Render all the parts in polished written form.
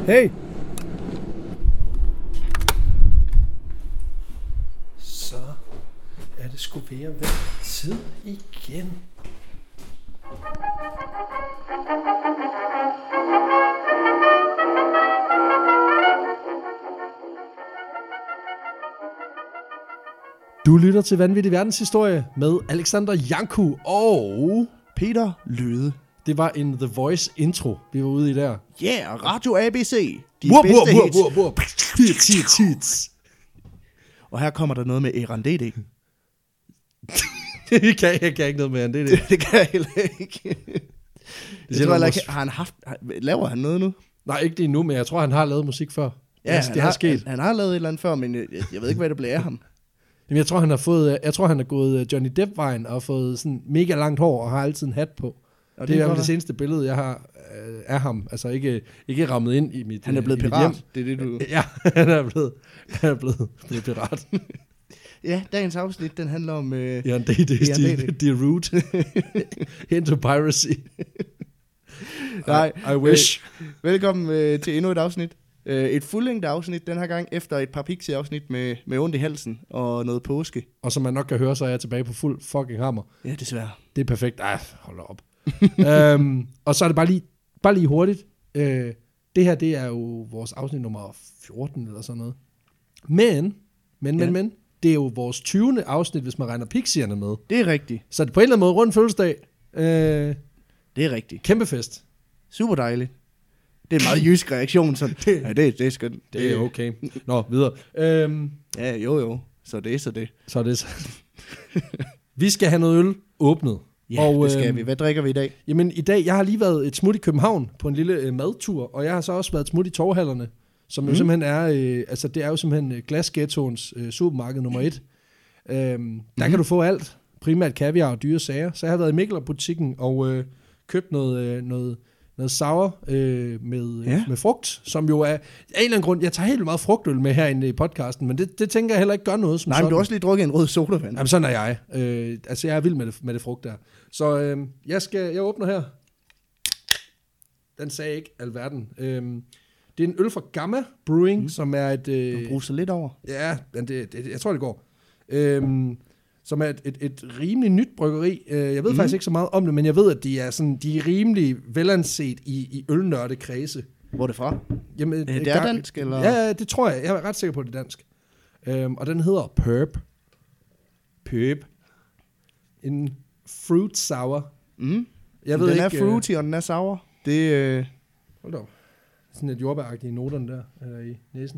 Hey! Så er det sgu ved at være tid igen. Du lytter til Vanvittig Verdenshistorie med Alexander Janku og Peter Løde. det var en The Voice intro, vi var ude i der. Yeah, Radio ABC. De bedste hits. Og her kommer der noget med Eran DD. Jeg kan ikke noget mere end det. Det kan jeg heller ikke. Jeg tror ikke, laver han noget nu? Nej, ikke det endnu, men jeg tror, han har lavet musik før. Ja, det har sket. Han har lavet et eller andet før, men jeg ved ikke, hvad det bliver af ham. Jamen, jeg tror, han har gået Johnny Depp-vejen og fået sådan mega langt hår og har altid en hat på. Og det er det seneste billede, jeg har af ham. Altså ikke rammet ind i mit Han er blevet pirat. Det er det, du... Ja, han er blevet pirat. Ja, dagens afsnit, den handler om... Ja, det er route into piracy. Nej, I wish. Velkommen til endnu et afsnit. Et fuldlængde afsnit den her gang, efter et par Pixie-afsnit med ondt i halsen og noget påske. Og som man nok kan høre, så er jeg tilbage på fuld fucking hammer. Ja, desværre. Det er perfekt. Ej, hold da op. Og så er det bare lige hurtigt. Det her, det er jo vores afsnit nummer 14 eller sådan noget. Men, det er jo vores 20. afsnit, hvis man regner Pixierne med. Det er rigtigt. Så det er på en eller anden måde rundt fødselsdag. Det er rigtigt. Kæmpe fest. Super dejligt. Det er en meget jysk reaktion, sådan. Ja, det er skønt. Det er okay. Nå, videre. Ja, jo. Så det. Så er det så. Vi skal have noget øl åbnet. Ja, og, det skal vi. Hvad drikker vi i dag? Jamen, i dag, jeg har lige været et smut i København på en lille madtur, og jeg har så også været et smut i Torvhallerne, som jo simpelthen er, det er jo simpelthen Glasghettoens supermarked nummer 1. Der kan du få alt, primært kaviar og dyre sager. Så jeg har været i Mikkeler-butikken og købt noget sour med frugt, som jo er af en eller anden grund, jeg tager helt meget frugtøl med herinde i podcasten, men det tænker jeg heller ikke gør noget som sådan. Nej, men du har også lige drukket en rød sodavand. Jamen sådan er jeg. Jeg er vild med det frugt der. Så jeg åbner her. Den sagde ikke alverden. Det er en øl fra Gamma Brewing, som er et... Du bruser lidt over. Ja, men jeg tror det går. Som er et rimelig nyt bryggeri. Jeg ved faktisk ikke så meget om det, men jeg ved, at de er rimelig velanset i ølnørdekredse. Hvor er det fra? Jamen, det er dansk, eller? Ja, det tror jeg. Jeg er ret sikker på, at det er dansk. Og den hedder Purp. En fruit sour. Jeg ved den ikke, er fruity, og den er sour. Det hold da op. Sådan et jordbæragtigt i noterne der, i næsen.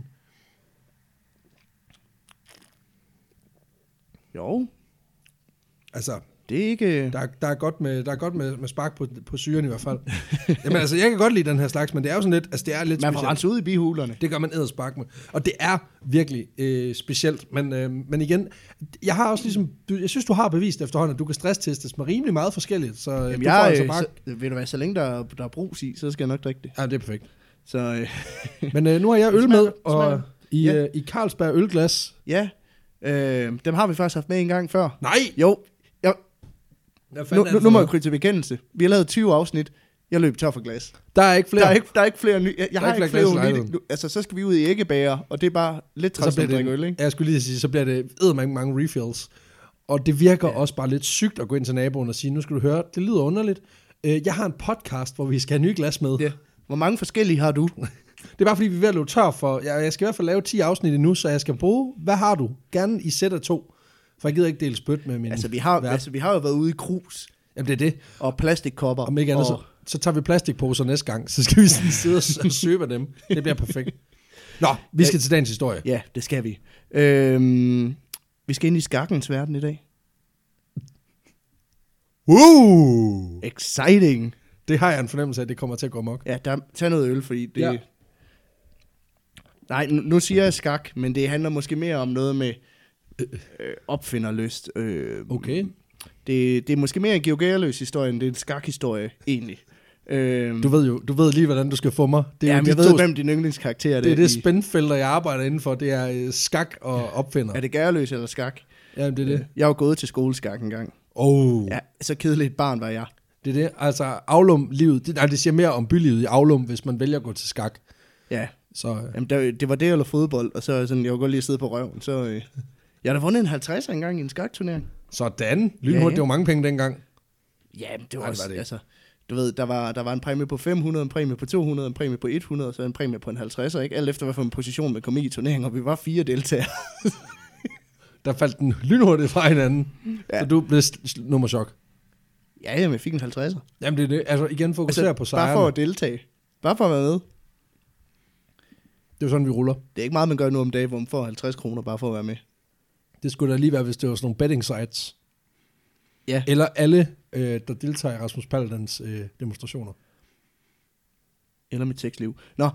Jo. Altså, det er ikke... Der er godt med spark på syren i hvert fald. Jamen altså, jeg kan godt lide den her slags, men det er jo sådan lidt... Altså, det er lidt man får renset ud i bihulerne. Det gør man edderspark med. Og det er virkelig specielt. Men igen, jeg har også ligesom... Jeg synes, du har bevist efterhånden, at du kan stresstestes med rimelig meget forskelligt. Så jamen, du får altså bare... Ved du hvad, så længe der er brus i, så skal jeg nok drikke det. Ja, det er perfekt. Så, men nu har jeg øl med, og i Carlsberg ølglas. Ja, dem har vi faktisk haft med en gang før. Nej! Jo. Nu må jeg krybe til bekendelse. Vi har lavet 20 afsnit. Jeg løb tør for glas. Der er ikke flere. Der er ikke flere nye. Jeg har ikke flere nye. Altså, så skal vi ud i æggebager, og det er bare lidt træt at drikke øl, ikke? Jeg skulle lige sige, så bliver det mange refills. Og det virker også bare lidt sygt at gå ind til naboen og sige, nu skal du høre, det lyder underligt. Jeg har en podcast, hvor vi skal have nye glas med. Ja. Hvor mange forskellige har du? Det er bare fordi, vi er ved at løbe tør for... Jeg skal i hvert fald lave 10 afsnit endnu, så jeg skal bruge... Hvad har du? Gerne i sæt af 2. For jeg gider ikke dele spyt med min... Vi har jo været ude i krus. Jamen, det er det. Og plastikkopper. Om ikke andet, så tager vi plastikposer næste gang. Så skal vi sådan sidde og søge af dem. Det bliver perfekt. Nå, vi skal til dagens historie. Ja, det skal vi. Vi skal ind i skakkens verden i dag. Exciting! Det har jeg en fornemmelse af, at det kommer til at gå amok. Ja, tag noget øl, fordi det... Ja. Nej, nu siger jeg skak, men det handler måske mere om noget med opfinderlyst. Okay. Det er måske mere en GeoGearløs historie, end det er en skakhistorie, egentlig. Du ved lige, hvordan du skal få mig. Jeg ved, hvem din yndlingskarakter er. Det er det spændfelter, jeg arbejder indenfor. Det er skak og opfinder. Er det gærløs eller skak? Ja, det er det. Jeg var gået til skoleskak en gang. Ja, så kedeligt et barn var jeg. Det er det. Altså, Aulum-livet, det siger mere om bylivet i Aulum, hvis man vælger at gå til skak. Ja, Så jamen, det var det eller fodbold, og så sådan, jeg var godt lige at sidde på røven. Så jeg har da vundet en 50'er engang i en skakturnering. sådan. Lynhurtigt, det var mange penge dengang. Ja, det var Nej, også, det var det. altså, du ved, der var en præmie på 500, en præmie på 200, en præmie på 100, og så en præmie på en 50'er, ikke? Alt efter, hvad for en position man kom i turneringen, og vi var 4 deltagere. Der faldt den lynhurtigt fra hinanden, Ja. så du blev nummerchok. Ja, jamen, jeg fik en 50'er. Jamen det er det. Altså igen fokusere på sejren. Bare for at deltage. Bare for at være med. Det er jo sådan, vi ruller. Det er ikke meget, man gør nu om dagen, hvor man får 50 kroner bare for at være med. Det skulle da lige være, hvis det var sådan nogle betting sites. Ja. Eller alle, der deltager i Rasmus Paludans demonstrationer. Eller mit sexliv. Nå,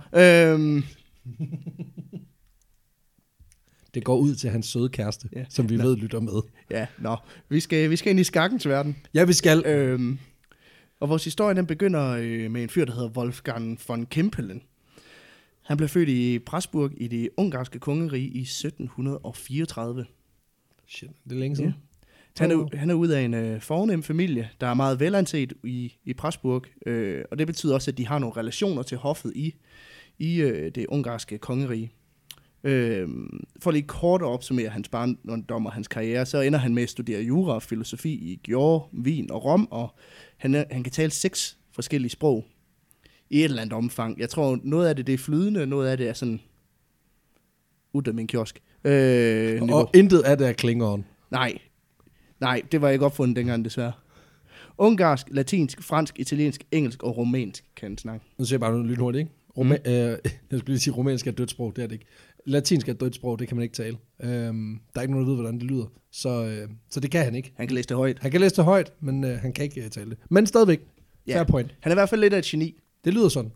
Det går ud til hans søde kæreste, Ja. som vi ved lytter med. ja, nå. Vi skal ind i skakkens verden. Ja, vi skal. Og vores historie, den begynder med en fyr, der hedder Wolfgang von Kempelen. Han blev født i Pressburg i det ungarske kongerige i 1734. Shit, det er længe siden. Han er ud af en fornem familie, der er meget velanset i Pressburg, og det betyder også, at de har nogle relationer til hoffet i det ungarske kongerige. For lige kort at opsummere hans barndom og hans karriere, så ender han med at studere jura og filosofi i Gjorde, Wien og Rom, og han kan tale 6 forskellige sprog i et eller andet omfang. Jeg tror, noget af det er flydende, noget af det er sådan ud af min kiosk. Og intet af det er klingeren. Nej, det var ikke opfundet dengang, desværre. Ungarsk, latinsk, fransk, italiensk, engelsk og romansk kan han snakke. Nu ser jeg bare noget lynhurtigt, ikke? Jeg skulle lige sige, romansk er et dødt sprog, det er det ikke. Latinsk er et dødt sprog, det kan man ikke tale. Der er ikke nogen, der ved, hvordan det lyder. Så det kan han ikke. Han kan læse det højt. Han kan læse det højt, men han kan ikke tale det. Men stadigvæk, fair point. Han er i hvert fald lidt af et geni. Det lyder sådan.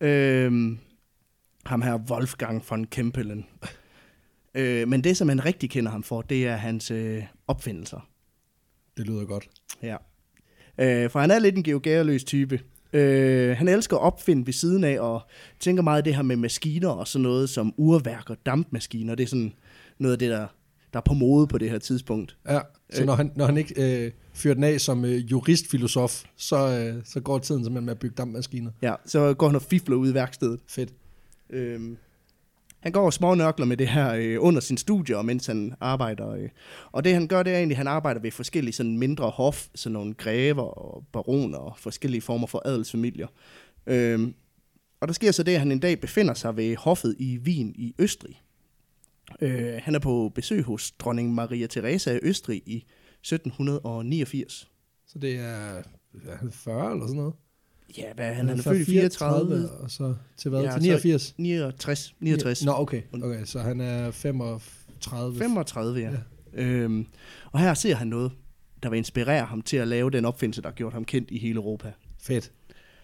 Ham her, Wolfgang von Kempelen. Men det, som man rigtig kender ham for, det er hans opfindelser. Det lyder godt. Ja. For han er lidt en geogæreløs type. Han elsker at opfinde ved siden af, og tænker meget det her med maskiner og sådan noget som urværk og dampmaskiner. Det er sådan noget af det, der er på mode på det her tidspunkt. Ja, så når han ikke fyrer den af som juristfilosof, så går tiden simpelthen med at bygge dampmaskiner. Ja, så går han og fifler ud i værkstedet. Fedt. Han går og smånørkler med det her under sin studie, mens han arbejder. Og det han gør, det er egentlig, at han arbejder ved forskellige sådan mindre hof, sådan nogle grever og baroner og forskellige former for adelsfamilier. Og der sker så det, at han en dag befinder sig ved hoffet i Wien i Østrig. Han er på besøg hos dronning Maria Theresa af Østrig i 1789. Så det er 40 eller sådan noget? Ja, hvad han er født i 34. Og så til hvad? Ja, til 89? 69. Nå, okay, så han er 35. 35, ja. Og her ser han noget, der vil inspirere ham til at lave den opfindelse, der har gjort ham kendt i hele Europa. Fedt.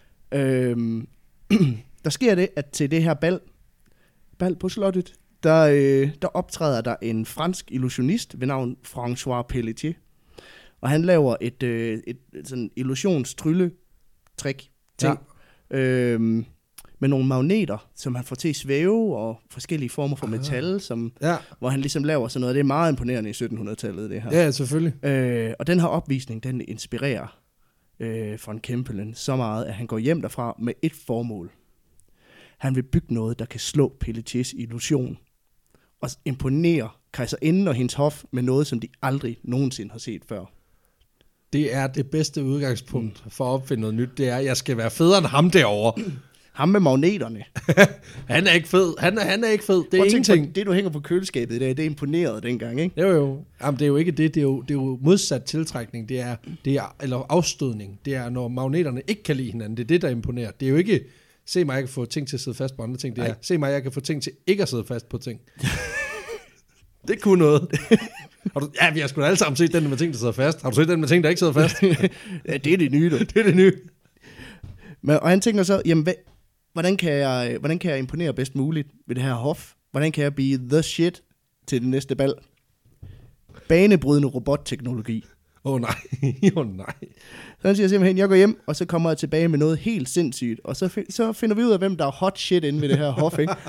Der sker det, at til det her bal på slottet, der optræder der en fransk illusionist ved navn François Pelletier. Og han laver et sådan illusionstrylletrik ting. Ja. Med nogle magneter, som han får til at svæve, og forskellige former for metal, hvor han ligesom laver sådan noget. Det er meget imponerende i 1700-tallet, det her. Ja, selvfølgelig. Og den her opvisning, den inspirerer von Kempelen så meget, at han går hjem derfra med et formål. Han vil bygge noget, der kan slå Pelletiers illusion, og imponere kejserinden og hendes hof med noget, som de aldrig nogensinde har set før. Det er det bedste udgangspunkt for at opfinde noget nyt. Det er, at jeg skal være federe end ham derovre. Ham med magneterne. Han er ikke fed. Han er ikke fed. Det er ingenting. Det, du hænger på køleskabet i dag, det er imponeret dengang, ikke? Jo. Jamen, det er jo ikke det. Det er jo modsat tiltrækning. Det er, eller afstødning. Det er, når magneterne ikke kan lide hinanden. Det er det, der imponerer. Det er jo ikke, se mig, jeg kan få ting til at sidde fast på andre ting. Det er, se mig, jeg kan få ting til ikke at sidde fast på ting. Det kunne noget. Ja, vi har sgu da alle sammen set den med ting, der sidder fast. Har du set den med ting, der ikke sidder fast? Ja, det er det nye, du. Det er det nye. Og han tænker så, jamen, hvordan kan jeg imponere bedst muligt ved det her hof? Hvordan kan jeg blive the shit til det næste bal? Banebrydende robotteknologi. Nej. Så han siger simpelthen, jeg går hjem, og så kommer jeg tilbage med noget helt sindssygt. Og så finder vi ud af, hvem der er hot shit inde ved det her hof, ikke?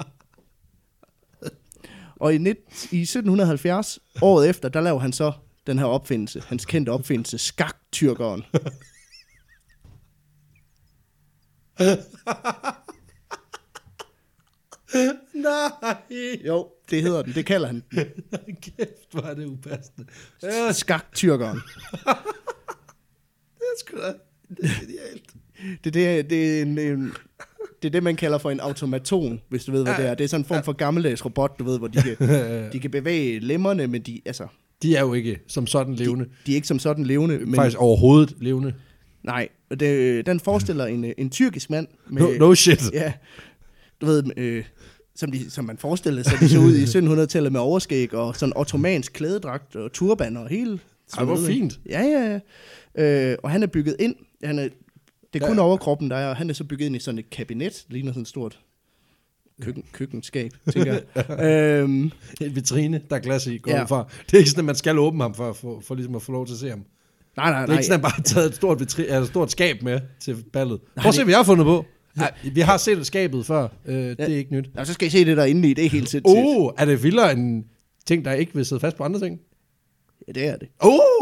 Og i 1770, året efter, der laver han så den her opfindelse, hans kendte opfindelse, skaktyrkeren. Nej. Jo, det hedder den. Det kalder han den. Kæft, hvor er det upassende. Skak-tyrkeren. Det er sgu da. Det er genialt. Det er det, man kalder for en automaton, hvis du ved, hvad det er. Det er sådan en form for gammeldags robot, du ved, hvor de kan bevæge lemmerne, men de er jo ikke som sådan levende. De er ikke som sådan levende. Men, faktisk overhovedet levende. Nej, den forestiller en tyrkisk mand. Med, no shit. Ja, du ved, som man forestillede sig, de så ud i 1700-tallet med overskæg og sådan ottomansk klædedragt og turban og hele. Det var fint. Ja. Og han er bygget ind. Det er kun overkroppen, der er, og han er så bygget ind i sådan et kabinet. Det ligner sådan et stort køkkenskab, tænker jeg. En vitrine, der er glas i, går fra. Det er ikke sådan, at man skal åbne ham for ligesom at få lov til at se ham. Nej. Det er ikke sådan, at man bare taget et stort skab med til ballet. Prøv at se, hvad jeg har fundet på. Nej, vi har set skabet før. Det er ikke nyt. Så skal I se det der inde i. Det er helt sindssygt. Er det vildere end ting, der ikke vil sidde fast på andre ting? Ja, det er det.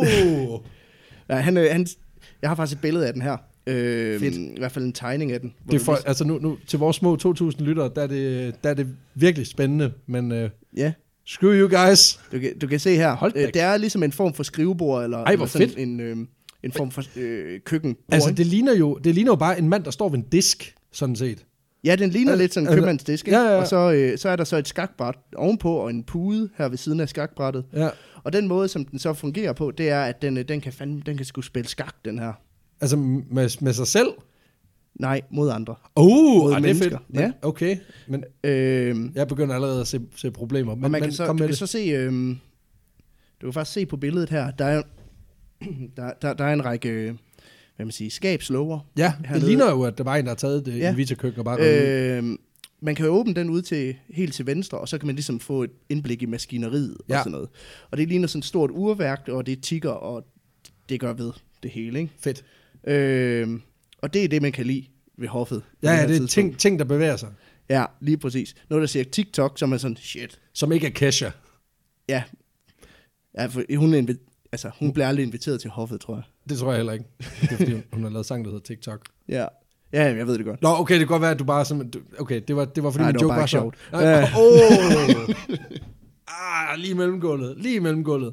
Jeg har faktisk et billede af den her. I hvert fald en tegning af den. Det er altså nu til vores små 2.000 lyttere, der er det virkelig spændende, men screw you guys. Du kan se her, det er ligesom en form for skrivebord, eller sådan en form for køkkenbord. Altså det ligner jo bare en mand, der står ved en disk, sådan set. Ja, den ligner lidt sådan en købmandsdisk, ikke? Ja. Og så er der så et skakbræt ovenpå, og en pude her ved siden af skakbrættet. Ja. Og den måde, som den så fungerer på, det er, at den kan sgu spille skak, den her. Altså med sig selv? Nej, mod andre. Det er fedt. Ja. Okay, men jeg begynder allerede at se problemer. Men man kan så se, du kan faktisk se på billedet her, der er en række, hvad man siger, skabslåger. Ja, det ligner jo, at der var en, der har taget det i Vita-køkken og bare man kan jo åbne den ud helt til venstre, og så kan man ligesom få et indblik i maskineriet og sådan noget. Og det ligner sådan et stort urværk, og det tikker, og det gør ved det hele, ikke? Fedt. Og det er det, man kan lide ved hoffet. Ja, det er ting, der bevæger sig. Ja, lige præcis. Noget, der siger TikTok, som er sådan, shit. Som ikke er Kesha. Ja, for hun bliver aldrig inviteret til hoffet, tror jeg. Det tror jeg heller ikke. Det er fordi, hun har lavet sang, der hedder TikTok. Ja, jeg ved det godt. Nå, okay, det kan godt være, at du bare simpelthen... Okay, det var fordi min joke var sjovt. Lige mellem gulvet.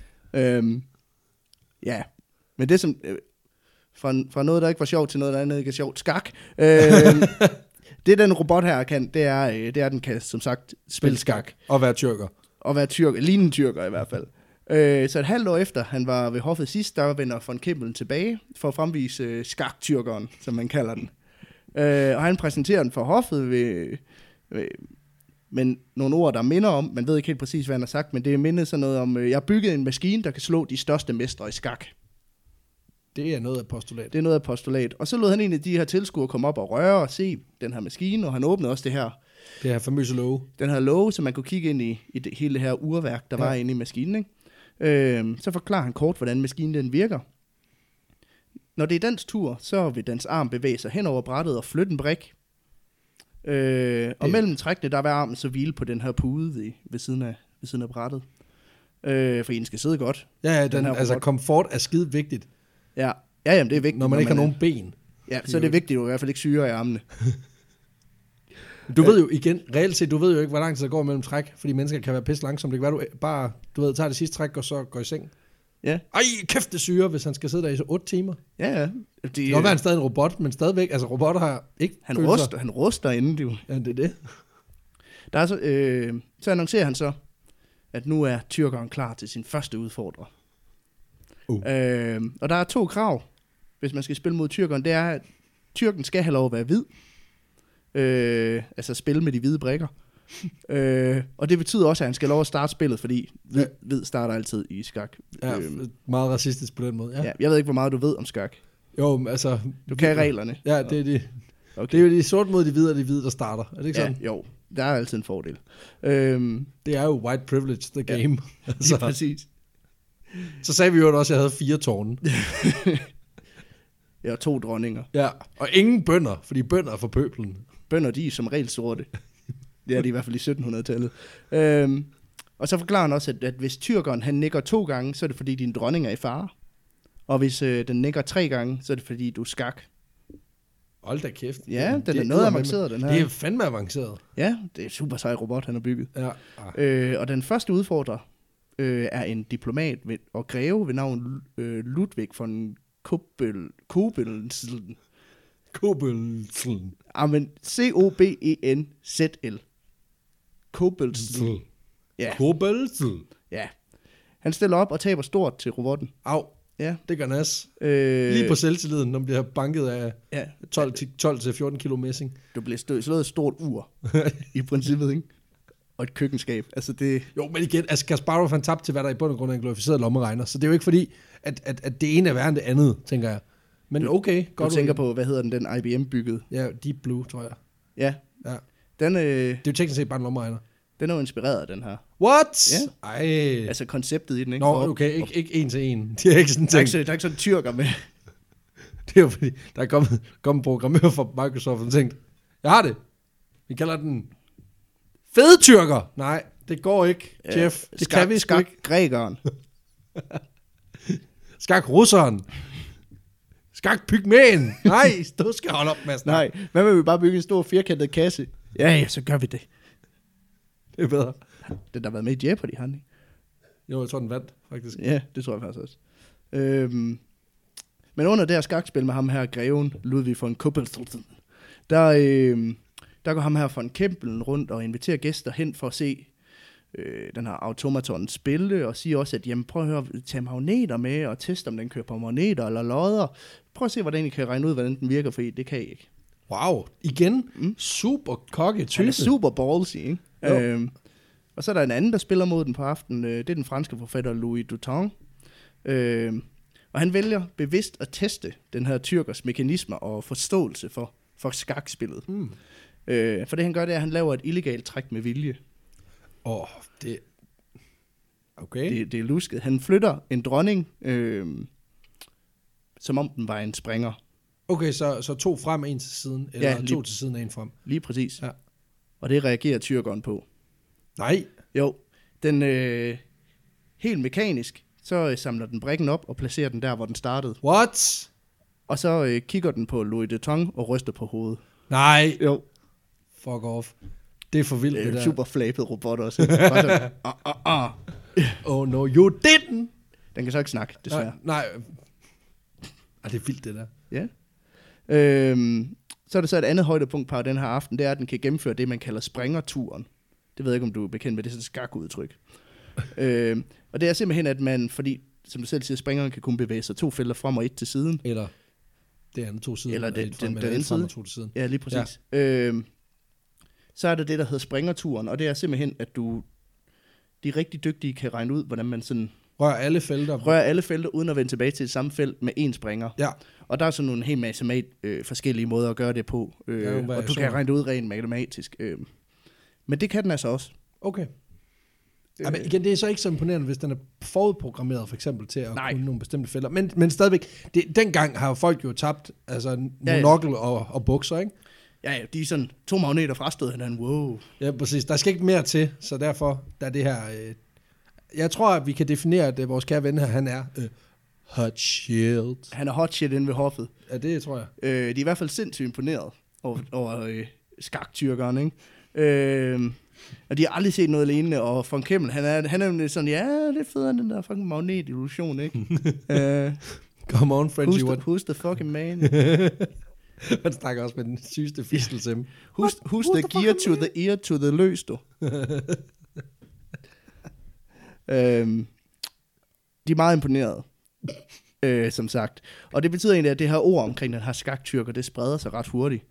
Ja, men det som... Fra noget, der ikke var sjovt, til noget, der andet ikke er sjovt. Skak. Det, den robot her kan, det er den kan, som sagt, spille skak. Og være tyrker. Lignende tyrker i hvert fald. Så et halvt år efter, han var ved hoffet sidst, der vender von Kempelen tilbage for at fremvise skak-tyrkeren, som man kalder den. Og han præsenterer den for hoffet men nogle ord, der minder om, man ved ikke helt præcis, hvad han har sagt, men det minder sådan noget om, jeg har bygget en maskine, der kan slå de største mestre i skak. Det er noget af postulat. Det er noget af postulat. Og så lod han en af de her tilskuere komme op og røre og se den her maskine, og han åbnede også det her famøse låge. Den her låge, så man kunne kigge ind i hele det her urværk, der var inde i maskinen, ikke? Så forklarer han kort, hvordan maskinen den virker. Når det er dens tur, så vil dens arm bevæge sig hen over brættet og flytte en brik. Og mellem trækkene, der vil armen så hvile på den her pude ved siden af brættet. For en skal sidde godt. Ja, komfort er skide vigtigt. Ja, jamen, det er vigtigt. Når man ikke har nogen ben. Ja, så er det vigtigt, at du i hvert fald ikke syre i armene. Du ved jo igen, reelt set, du ved jo ikke, hvor lang tid der går mellem træk, fordi mennesker kan være pisse langsomt. Det kan være, du bare, tager det sidste træk, og så går i seng. Ja. Ej, kæft det syre, hvis han skal sidde der i så 8 timer. Ja. Det kan godt være, han stadig en robot, men stadigvæk, altså robotter har ikke Han ruster inden, du. Ja, det er det. Der er så annoncerer han så, at nu er tyrkeren klar til sin første udfordrer. Og der er 2 krav, hvis man skal spille mod tyrkeren. Det er, at tyrken skal have lov at være hvid. Altså spille med de hvide brikker. Og det betyder også, at han skal lov at starte spillet, fordi hvid starter altid i skak. Ja, meget racistisk på den måde. Ja. Ja, jeg ved ikke, hvor meget du ved om skak. Jo, altså... Du kan reglerne. Ja, det er de. Okay. Det er jo de sorte mod de hvide, og de hvide, der starter. Er det ikke sådan? Jo, der er altid en fordel. Det er jo white privilege, the game. Ja, altså. Præcis. Så sagde vi jo også, at jeg havde 4 tårne. Ja, 2 dronninger. Ja, og ingen bønder, fordi bønder er for pøblen. Bønder, de er som regel sorte. Det er de i hvert fald i 1700-tallet. Og så forklarer han også, at hvis tyrkeren han nikker 2 gange, så er det fordi din dronning er i fare. Og hvis den nikker 3 gange, så er det fordi du er skak. Hold da kæft. Ja, den er noget avanceret, den her. Det er fandme avanceret. Ja, det er super sej robot, han har bygget. Ja. Og den første udfordrer er en diplomat og greve ved navn Ludwig von Koblenzeln. Koblenzeln. Men C-O-B-E-N-Z-L. Koblenzeln. Ja. Koblenzeln. Ja. Han stiller op og taber stort til robotten. Au. Ja. Det gør nas. Lige på selvtilliden, når man bliver banket af 12-14 kilo messing. Du bliver slået et stort ur, i princippet, ikke? Og et køkkenskab. Altså det... Jo, men igen, altså Kasparov han tabte til, hvad der i bund og grund er en glorificeret lommeregner. Så det er jo ikke fordi, at det ene er værre end det andet, tænker jeg. Men okay, godt. Du tænker på, hvad hedder den IBM byggede? Ja, Deep Blue, tror jeg. Ja. Den, det er jo teknisk set bare en lommeregner. Den er jo inspireret af den her. What? Ja. Ej. Altså konceptet i den, ikke? Nå, okay, ikke en til en. De er ikke sådan der er ikke sådan tyrker med. Det er jo fordi, der er kommet en programmør fra Microsoft og tænkt, jeg har det. Vi kalder den fede tyrker. Nej, det går ikke, Jeff. Det kan vi sgu ikke. Grækeren. Skak russeren. Skak pygmæen. Nej, du skal holde op med at snakke. Nej, hvad vil vi bare bygge en stor firkantet kasse? Ja, så gør vi det. Det er bedre. Den der har været med i Jeopardy, han ikke? Jo, jeg tror, den vandt, faktisk. Ja, det tror jeg faktisk også. Men under det her skakspil med ham her, greven Ludwig von Koblenzeln, der går ham her von Kempelen rundt og inviterer gæster hen for at se den her automaton spille, og siger også, at jamen, prøv at høre, tage magneter med, og teste, om den kører på magneter eller lodder. Prøv at se, hvordan I kan regne ud, hvordan den virker, for det kan I ikke. Wow, igen, super cocky type. Han er super ballsy, ikke? Og så er der en anden, der spiller mod den på aftenen. Det er den franske forfatter Louis Duton. Og han vælger bevidst at teste den her tyrkers mekanismer og forståelse for skakspillet. For det han gør, det er, at han laver et illegalt træk med vilje. Det... Okay. Det er lusket. Han flytter en dronning, som om den var en springer. Okay, så 2 frem, 1 til siden, eller 2 til siden og 1 frem. Lige præcis. Ja. Og det reagerer tyrkeren på. Nej. Jo, den helt mekanisk, så samler den brikken op og placerer den der, hvor den startede. What? Og så kigger den på Louis Duton og ryster på hovedet. Nej. Jo. Fuck off. Det er for vildt, det der. Super flabet robot også. Oh no, you didn't. Den kan så ikke snakke, desværre. Nej. Det er vildt, det der. Ja. Så er der så et andet højdepunkt på den her aften, det er, at den kan gennemføre det, man kalder springerturen. Det ved jeg ikke, om du er bekendt med, det er sådan et skakudtryk. Og det er simpelthen, at man, fordi, som du selv siger, springeren kan kun bevæge sig 2 felter frem og 1 til siden. Eller det andet 2 sider. Eller den anden side. 2 til siden. Ja, lige præcis. Ja. Så er der det, der hedder springerturen, og det er simpelthen, at de rigtig dygtige kan regne ud, hvordan man sådan... Rører alle felter, uden at vende tilbage til det samme felt med 1 springer. Ja. Og der er sådan nogle helt masse forskellige måder at gøre det på. Og du kan regne det ud rent matematisk. Men det kan den altså også. Okay. Men igen, det er så ikke så imponerende, hvis den er forudprogrammeret for eksempel til at kunne nogle bestemte felter. Men stadigvæk, dengang har folk jo tabt monokkel og bukser, ikke? Ja, de er sådan 2 magneter frastød hinanden. Wow. Ja, præcis. Der skal ikke mere til, så derfor der er det her... jeg tror, at vi kan definere, at vores kære ven her, han er hot shit. Han er hot shit inde ved hoffet. Ja, det tror jeg. De er i hvert fald sindssygt imponeret over skaktyrkeren, ikke? Og de har aldrig set noget lignende, og von Kemmel, han er sådan, ja, det er federe, den der fucking magnetillusion, ikke? Come on, Frenchie. Who's the fucking man? Han snakker også med den sygeste fistelstemme. Who's the gear to the ear to the løs, du? De er meget imponerede, som sagt. Og det betyder egentlig, at det her ord omkring den her skaktyrker, det spreder sig ret hurtigt.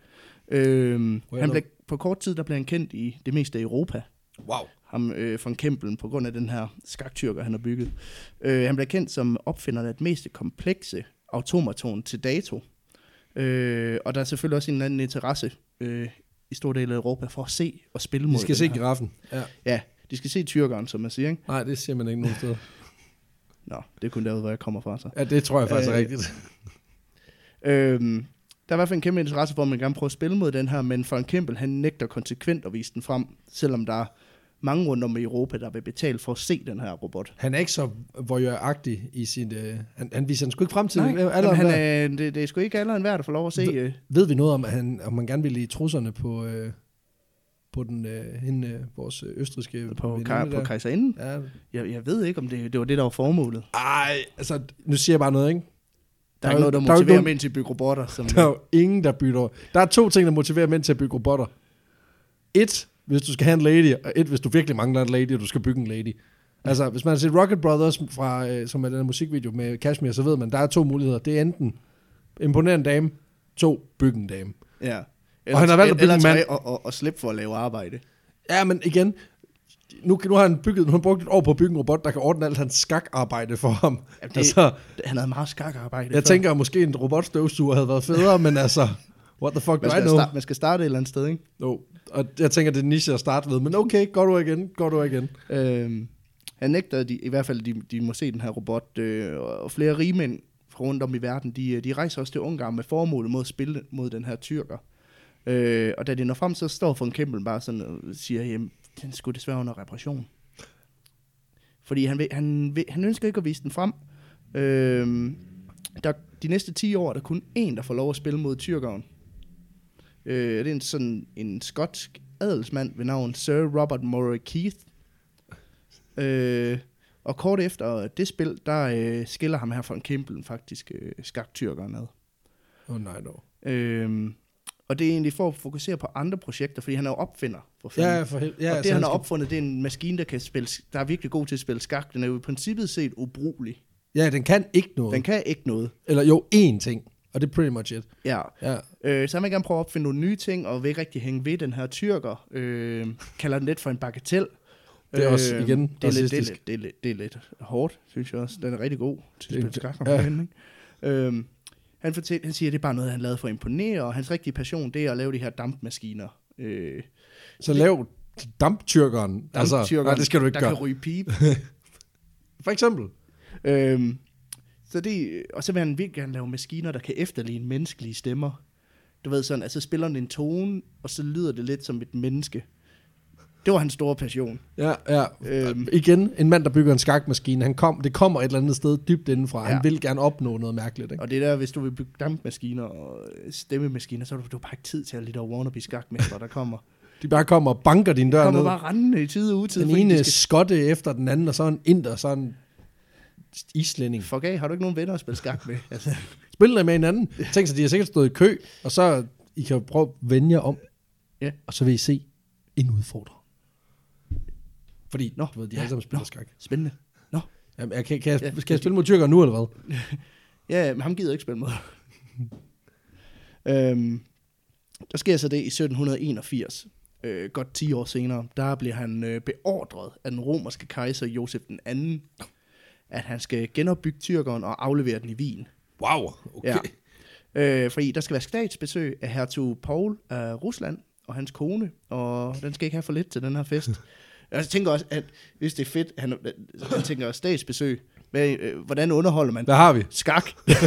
På kort tid, der blev han kendt i det meste af Europa. Wow. Ham von Kempelen, på grund af den her skaktyrker, han har bygget. Han blev kendt som opfinderen af det mest komplekse automaton til dato. Og der er selvfølgelig også en anden interesse i stor del af Europa for at se og spille mod. De skal se giraffen. Ja, de skal se tyrkeren, som man siger, ikke? Nej, det ser man ikke nogen steder. Nå, det er kun derude, hvor jeg kommer fra, så. Ja, det tror jeg faktisk er rigtigt. Der er i hvert fald en kæmpe interesse for, at man gerne prøver at spille mod den her, men von Kempel, han nægter konsekvent at vise den frem, selvom der mange rundt om i Europa, der vil betale for at se den her robot. Han er ikke så voyeur-agtig i sin... Han viser den sgu ikke frem til... Nej, det er sgu ikke alle enhver, der får lov at se... Ved vi noget om, om man gerne vil i trusserne på den, vores østrigske... På kejserinden? Ja. Jeg ved ikke, om det var det, der var formålet. Ej, altså, nu siger jeg bare noget, ikke? Der er ikke noget, der motiverer mænd til at bygge robotter. Som der er jo ingen, der bygger... Der er 2 ting, der motiverer mænd til at bygge robotter. 1, hvis du skal have en lady, og 1, hvis du virkelig mangler en lady, og du skal bygge en lady. Altså, hvis man har set Rocket Brothers, som er den musikvideo med Kashmir, så ved man, der er 2 muligheder. Det er enten imponere en dame, 2, bygge en dame. Ja. Og han har valgt at bygge en mand. Og slippe for at lave arbejde. Ja, men igen, nu har han brugt et år på at bygge en robot, der kan ordne alt hans skakarbejde for ham. Ja, han havde meget skakarbejde. Jeg tænker, at måske en robotstøvsuger havde været federe, men altså, what the fuck do I know? Man skal starte et eller andet sted, ikke? Jo, og jeg tænker, det er niche at starte ved, men okay, går du igen. Han nægter, at i hvert fald, de må se den her robot, og flere rigmænd rundt om i verden, de rejser også til Ungarn med formålet mod at spille mod den her tyrker. Og da de når frem, så står von Kempelen bare sådan og siger, jamen, den skulle desværre under reparation. Fordi han ønsker ikke at vise den frem. De næste 10 år er der kun én, der får lov at spille mod tyrkeren. Det er en skotsk adelsmand ved navn Sir Robert Murray Keith. Og kort efter det spil, der skiller ham her von Kempelen faktisk skaktyrkeren ad. Nej, no. Og det er egentlig for at fokusere på andre projekter, fordi han er jo opfinder. Og det han har opfundet, det er en maskine, der er virkelig god til at spille skak. Den er jo i princippet set ubrugelig. Ja, den kan ikke noget. Eller jo, én ting. Og det er pretty much it. Ja. Så han vil gerne prøve at opfinde nogle nye ting, og vil ikke rigtig hænge ved den her tyrker. Kalder den lidt for en bagatel. Det er også igen det er lidt hårdt, synes jeg også. Den er rigtig god til at spille skak. Han siger, at det er bare noget, han lavede for at imponere, og hans rigtige passion, det er at lave de her dampmaskiner. Så lav damptyrkeren. Altså, nej, det skal du ikke der gøre. Der kan ryge pipe. For eksempel. Og så vil han virkelig gerne lave maskiner, der kan efterligne menneskelige stemmer. Du ved sådan, altså spiller den en tone, og så lyder det lidt som et menneske. Det var hans store passion. Ja. Igen, en mand, der bygger en skakmaskine, det kommer et eller andet sted dybt indenfra. Ja. Han vil gerne opnå noget mærkeligt. Ikke? Og det der, hvis du vil bygge dampmaskiner og stemmemaskiner, så har du bare ikke tid til at lidt wannabe skakmestre, der kommer. De bare kommer og banker din dør ned. De kommer bare rendende i tid og utid. Den ene skotte efter den anden, og så en inder, så en islænding. Fuck af, har du ikke nogen venner at spille skak med? Altså. Spil der med hinanden. Tænk så, de har sikkert stået i kø, og så I kan jo prøve at vende jer om. Ja. Og så vil I se en udfordrer. Fordi, du ved, de alle sammen spiller skak. Spændende. Jamen, kan jeg spille mod tyrker nu, eller hvad? Ja, men ham gider ikke spille mod. Der sker så det i 1781. Godt 10 år senere, der bliver han beordret af den romerske kejser Josef II, at han skal genopbygge tyrkeren og aflevere den i Wien. Wow, okay. Ja. Fordi der skal være statsbesøg af hertug Paul af Rusland og hans kone, og den skal ikke have for lidt til den her fest. Jeg tænker også, at hvis det er fedt, han tænker også statsbesøg. Hvordan underholder man? Hvad har vi? Skak.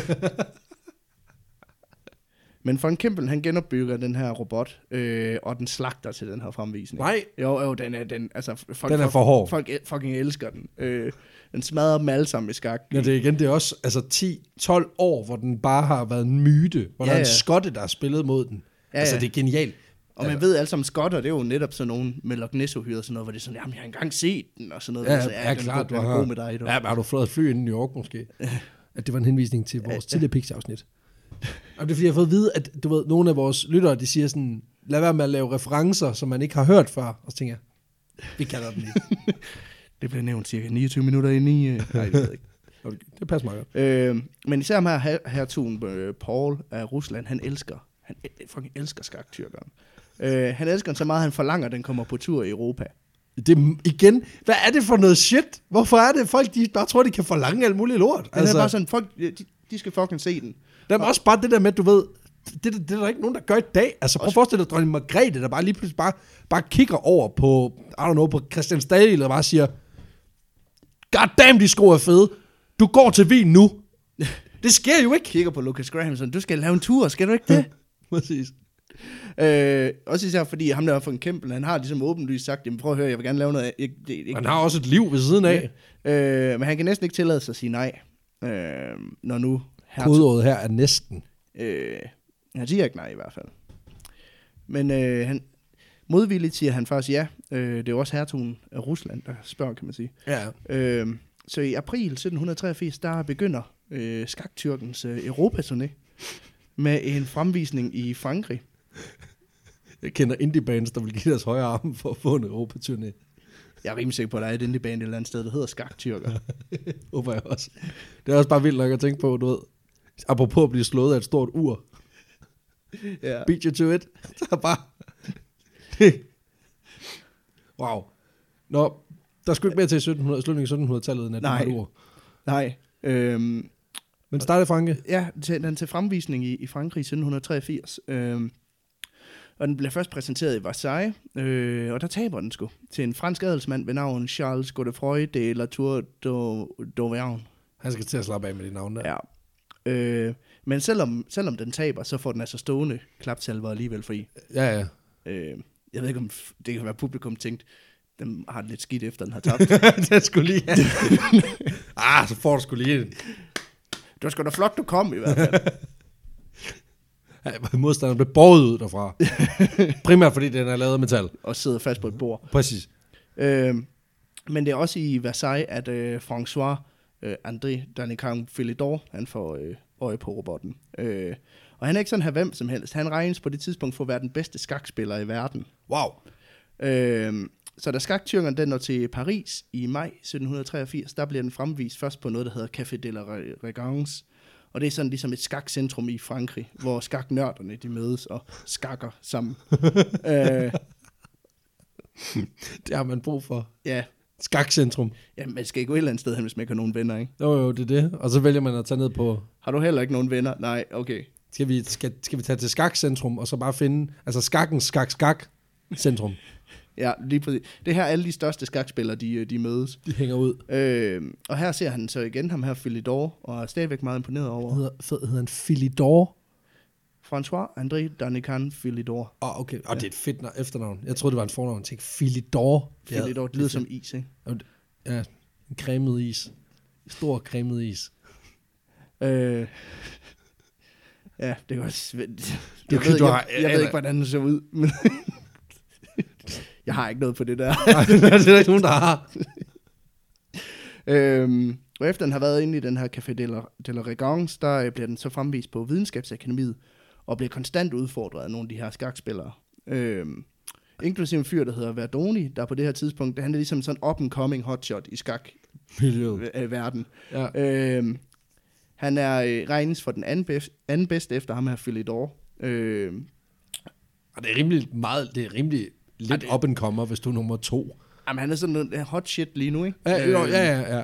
Men von Kempelen, han genopbygger den her robot, og den slagter til den her fremvisning. Nej. Jo, den er for hård. Folk fucking elsker den. Den smadrer dem alle sammen i skak. Ja, det er også 10-12 år, hvor den bare har været en myte. Hvor der er en skotte, der har spillet mod den. Ja, altså, det er genialt. Og man ved alle sammen, skotter, det er jo netop sådan nogen med Loch Ness-uhyre og sådan noget, hvor det er sådan, jamen, jeg har engang set den, og sådan noget. Ja, klart, du har. God med dig, du. Ja, men har du flået et fly inden New York, måske? At det var en henvisning til vores tidligere Pix-afsnit. Og det er fordi, jeg har fået at vide, at du ved, nogle af vores lyttere, de siger sådan, lad være med at lave referencer, som man ikke har hørt før. Og så tænker jeg, vi kalder den lige. Det blev nævnt cirka 29 minutter ind i... Nej, det ved jeg ikke. Det passer meget godt. Men især med hertugen Paul af Rusland, han fucking elsker skaktyrkeren. Han elsker den så meget, han forlanger, at den kommer på tur i Europa. Det, igen, hvad er det for noget shit? Hvorfor er det, folk de bare tror, de kan forlange alt muligt lort? Altså, det er bare sådan, folk, de skal fucking se den. Der er også bare det der med, du ved, det er der ikke nogen, der gør i dag. Altså prøv at forestille dig, dronning Margrethe, der bare lige pludselig bare kigger over på, på Christian Stadil, og bare siger, god damn, de sko er fede. Du går til Wien nu. Det sker jo ikke. Kigger på Lucas Graham, sådan, du skal lave en tur, skal du ikke det? Præcis. Også især fordi ham der von Kempel, han har ligesom åbenlyst sagt, jamen prøv at høre, jeg vil gerne lave noget. Han har også et liv ved siden af. Men han kan næsten ikke tillade sig at sige nej. Når nu... Kodeordet her er næsten. Han siger ikke nej i hvert fald. Men han modvilligt siger han faktisk ja. Det er jo også hertugen af Rusland, der spørger, kan man sige. Ja. Så i april 1783, der begynder skaktyrkens Europaturné med en fremvisning i Frankrig. Jeg kender indie-bands, der vil give deres højre arm for at få en Europaturné. Jeg er rimelig sikker på, at der er et indie-band et eller andet sted, der hedder Skaktyrker. Håber jeg også. Det er også bare vildt nok at tænke på, du ved. Apropos at blive slået af et stort ur. Ja. Beat you to it. Så er bare... Wow. Nå, der skulle ikke mere til slutningen af 1700-tallet, end at det var et ur. Nej. Men startede i Frankrig? Ja, den til fremvisning i Frankrig i 1783. Og den bliver først præsenteret i Versailles, og der taber den sgu til en fransk adelsmand ved navn Charles Godefroy de la Tour d'Auvergne. Han skal til at slappe af med de navne der. Ja. Men selvom den taber, så får den altså stående klapsalver alligevel fri. Ja, ja. Jeg ved ikke, om det kan være publikum tænkt, den har det lidt skidt efter, den har tabt. Den skulle lige så får du sgu lige en. Det var sgu da flot, du kom i hvert fald. Ja, modstanderen blev båret ud derfra. Primært fordi den er lavet af metal. Og sidder fast på et bord. Præcis. Men det er også i Versailles, at François André Danicamp Philidor, han får øje på robotten. Og han er ikke sådan her hvem som helst. Han regnes på det tidspunkt for at være den bedste skakspiller i verden. Wow. Så da skaktyrkeren den når til Paris i maj 1783, der bliver den fremvist først på noget, der hedder Café de la Régence. Og det er sådan ligesom et skakcentrum i Frankrig, hvor skaknørderne de mødes og skakker sammen. Det har man brug for. Ja. Skakcentrum. Ja, man skal ikke gå et eller andet sted hen, hvis man ikke har nogen venner, ikke? Jo, det er det. Og så vælger man at tage ned på... Har du heller ikke nogen venner? Nej, okay. Skal vi tage til skakcentrum, og så bare finde... Altså skak-centrum. Ja, lige præcis. Det her er alle de største skakspillere, de mødes. De hænger ud. Og her ser han så igen ham her, Philidor, og er stadigvæk meget imponeret over. Hedder han Philidor? François André Danicamp Philidor. Okay. Det er et fedt efternavn. Jeg troede, det var en fornavn. Jeg tænkte, Philidor. Philidor, det lyder som is, ikke? Ja, en cremet is. Stor cremet is. Ja, det var svært. Jeg ved ikke, hvordan det så ud. Men jeg har ikke noget på det der. Nej, det er der ikke nogen, der har. Og efter den har været inde i den her Café de la Régence, der bliver den så fremvist på Videnskabsakademiet, og bliver konstant udfordret af nogle af de her skakspillere. Inklusive en fyr, der hedder Verdoni, der på det her tidspunkt, han er ligesom sådan en up-and-coming hotshot i skak-verden. Ja. Han er regnes for den anden bedste efter ham her, Philidor. Og det er rimelig lidt up-and-comer, hvis du er nummer 2. Jamen, han er sådan en hot shit lige nu, ikke? Ja.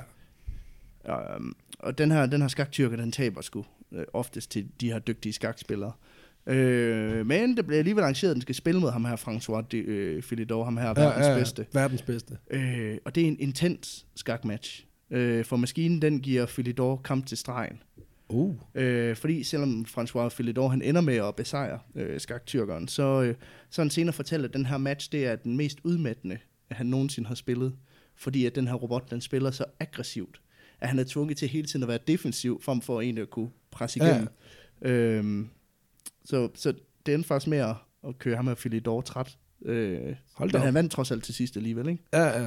Og den her skaktyrker, den taber sgu oftest til de her dygtige skakspillere. Men det bliver alligevel arrangeret, at den skal spille mod ham her, François Philidor, ham her, verdens bedste. Verdens bedste. Og det er en intens skakmatch. For maskinen, den giver Philidor kamp til stregen. Fordi selvom François Philidor, han ender med at besejre skaktyrkeren, så han senere fortæller, at den her match, det er den mest udmattende, han nogensinde har spillet. Fordi at den her robot, den spiller så aggressivt, at han er tvunget til hele tiden at være defensiv, frem for egentlig at kunne presse igennem. Ja. Så det endte faktisk med at køre ham af Philidor træt. Men han vandt trods alt til sidst alligevel, ikke? Ja.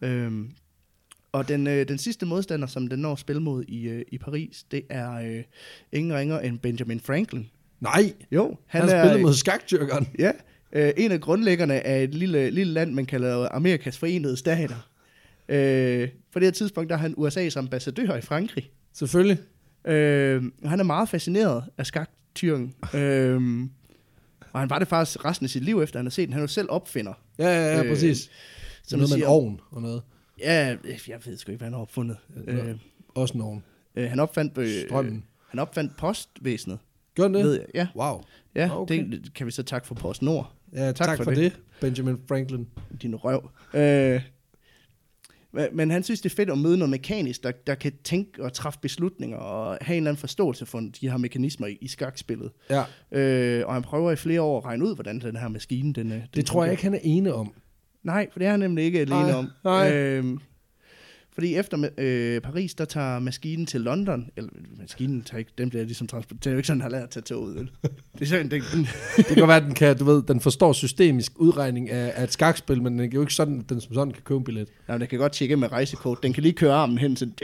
Og den sidste modstander, som den når at spille mod i Paris, det er ingen ringer end Benjamin Franklin. Nej! Jo. Han spillede mod skaktyrkeren. Ja. En af grundlæggerne af et lille land, man kalder Amerikas Forenede Stater. På det her tidspunkt, der er han USA's ambassadør i Frankrig. Selvfølgelig. Han er meget fascineret af skaktyrken. Og han var det faktisk resten af sit liv, efter han har set den. Han er jo selv opfinder. Ja, præcis. Som noget med en ovn og noget. Ja, jeg ved sgu ikke, hvad han har opfundet. Også en ovn. Han opfandt strømmen. Han opfandt postvæsenet. Gjorde han det? Ved jeg. Ja. Wow. Ja, okay. Det kan vi så takke for PostNord. Ja, tak for det, Benjamin Franklin. Din røv. Men han synes, det er fedt at møde noget mekanisk, der kan tænke og træffe beslutninger, og have en eller anden forståelse for de her mekanismer i skakspillet. Ja. Og han prøver i flere år at regne ud, hvordan den her maskine... Det tror jeg ikke, han er ene om. Nej, for det er han nemlig ikke alene om. Nej. Fordi efter Paris, der tager maskinen til London. Eller maskinen tager ikke, den bliver ligesom transporteret. Det er jo ikke sådan, han har lært at tage toget. Det er sådan, det kan være, at den kan, den forstår systemisk udregning af et skakspil, men den er jo ikke sådan, at den som sådan kan købe en billet. Nej, men den kan godt tjekke med rejsekort. Den kan lige køre armen hen til...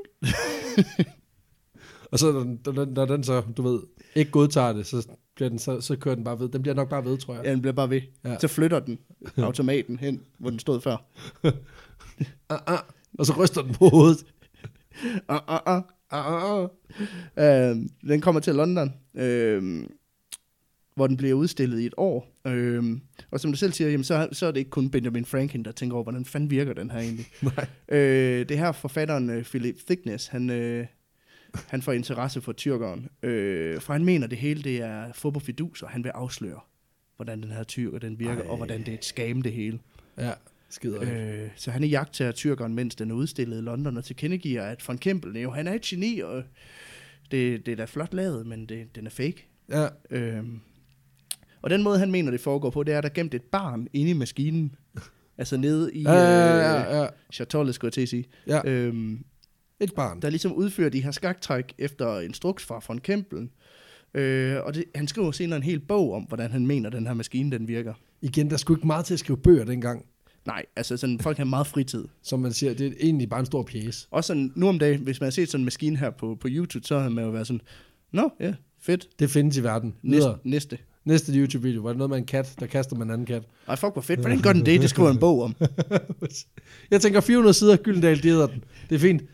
Og så når den så, ikke godtager det, så bliver den så kører den bare ved. Den bliver nok bare ved, tror jeg. Ja, den bliver bare ved. Ja. Så flytter den automaten hen, hvor den stod før. Og så ryster den på hovedet. Den kommer til London, hvor den bliver udstillet i et år. Og som du selv siger, jamen, så er det ikke kun Benjamin Franklin, der tænker over, hvordan fanden virker den her egentlig. Det her forfatteren Philip Thickness, han får interesse for tyrkeren. For han mener, det hele det er fup og fidus, og han vil afsløre, hvordan den her tyrker den virker, og hvordan det er et scam det hele. Ja. Så han er jagttager tyrkeren, mens den er udstillet i London, og tilkendegiver, at von Kempelen jo, han er et geni, og det er da flot lavet, men den er fake. Ja. Og den måde, han mener, det foregår på, det er, at der er gemt et barn inde i maskinen. Altså nede i chatollet, skulle jeg til at sige. Ja. Et barn. Der ligesom udfører de her skaktræk efter instruks fra von Kempelen. Og han skriver senere en hel bog om, hvordan han mener, den her maskine, den virker. Igen, der skulle ikke meget til at skrive bøger dengang. Nej, altså sådan, folk har meget fritid. Som man siger, det er egentlig bare en stor pjece. Og sådan, nu om dagen, hvis man har set sådan en maskine her på YouTube, så har man jo været sådan, nå, ja, fedt. Det findes i verden. Næste YouTube-video, var det noget med en kat, der kaster med en anden kat. Ej, fuck, hvor fedt. Hvordan gør den det? Det skriver en bog om. Jeg tænker 400 sider, Gyldendal, de hedder den. Det er fint.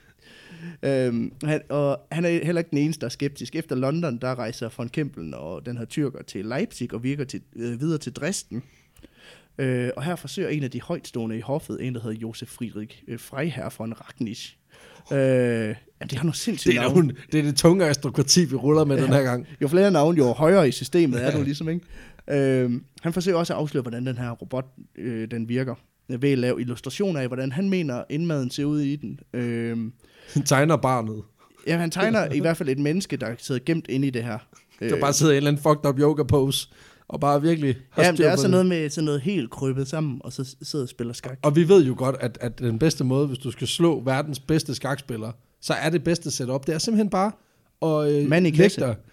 Han er heller ikke den eneste, der er skeptisk. Efter London, der rejser von Kempelen og den her tyrker til Leipzig og virker videre til Dresden. Og her forsøger en af de højtstående i hoffet, en der hedder Josef Friedrich Freiherr von Rachnich. Det har noget sindssygt navn. Det er det tunge aristokrati, vi ruller med den her gang. Jo flere navne, jo højere i systemet er du ligesom, ikke? Han forsøger også at afsløre, hvordan den her robot den virker, ved at lave illustrationer af, hvordan han mener, indmaden ser ud i den. Han tegner barnet. Ja, han tegner i hvert fald et menneske, der sidder gemt inde i det her. Der bare sidder en eller anden fucked up yoga pose, og bare virkelig har det er sådan noget med sådan noget helt krøbet sammen, og så sidder og spiller skak. Og vi ved jo godt, at den bedste måde, hvis du skal slå verdens bedste skakspiller, så er det bedste setup, det er simpelthen bare at lægge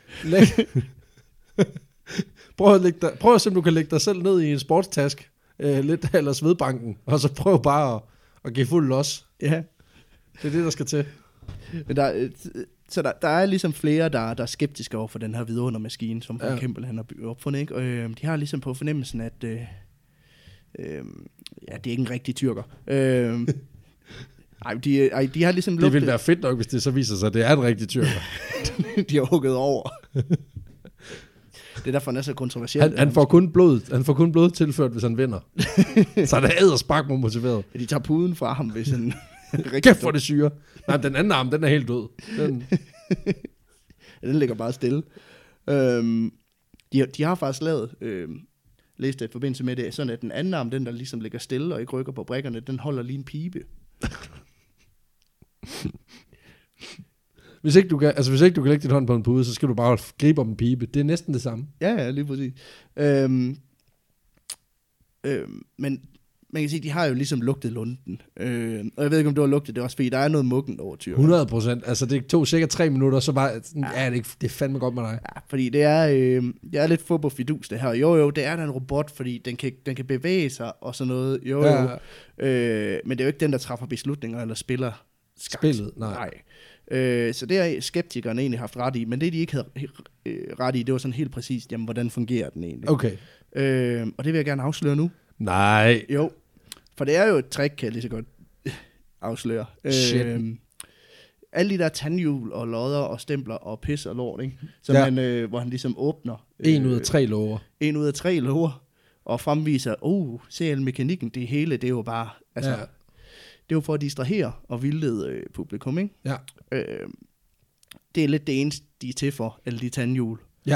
dig. Prøv at se, om du kan lægge dig selv ned i en sportstask, lidt eller svedbanken, og så prøv bare at give fuld los. Ja. Det er det, der skal til. Men der er ligesom flere, der er skeptiske over for den her vidundermaskine, som von Kempelen han har opfundet, ikke? Og de har ligesom på fornemmelsen, at det er ikke en rigtig tyrker. De har ligesom lugtet. Det vil være fedt nok, hvis det så viser sig, at det er en rigtig tyrker. De har hugget over. Det er derfor, han er så kontroversiel. Han får kun blod tilført, hvis han vinder. Så er det æderspark motiveret. Ja, de tager puden fra ham, hvis han... Kæft for det syre. Nej, den anden arm, den er helt død. Den ligger bare stille. De har faktisk lavet, læst det i forbindelse med det, sådan at den anden arm, den der ligesom ligger stille og ikke rykker på brækkerne, den holder lige en pibe. Hvis ikke du kan lægge din hånd på en pude, så skal du bare gribe om en pibe. Det er næsten det samme. Ja, lige præcis. Men man kan sige, de har jo ligesom lugtet lunden. Og jeg ved ikke, om du har lugtet det også, fordi der er noget muggen over tyrker. 100%. Altså, det tog cirka 3 minutter, så bare... det er fandme godt med dig. Ja, fordi det er lidt fup og fidus, det her. Jo, det er da en robot, fordi den kan bevæge sig og sådan noget. Jo. Men det er jo ikke den, der træffer beslutninger eller spiller skak. Spillet, nej. Så det har skeptikerne egentlig haft ret i, men det de ikke havde ret i, det var sådan helt præcist, jamen, hvordan fungerer den egentlig. Okay. Og det vil jeg gerne afsløre nu. Nej. Jo, for det er jo et trick, kan jeg lige så godt afsløre. Alle de der tandhjul og lodder og stempler og pis og lort, ikke? Som hvor han ligesom åbner. 1 ud af 3 låger. 1 ud af 3 låger. Og fremviser, se al mekanikken, det hele, det er jo bare, altså... Ja. Det er jo for at distrahere og vildlede publikum, ikke? Ja. Det er lidt det eneste, de er til for, alle de tandhjul. Ja.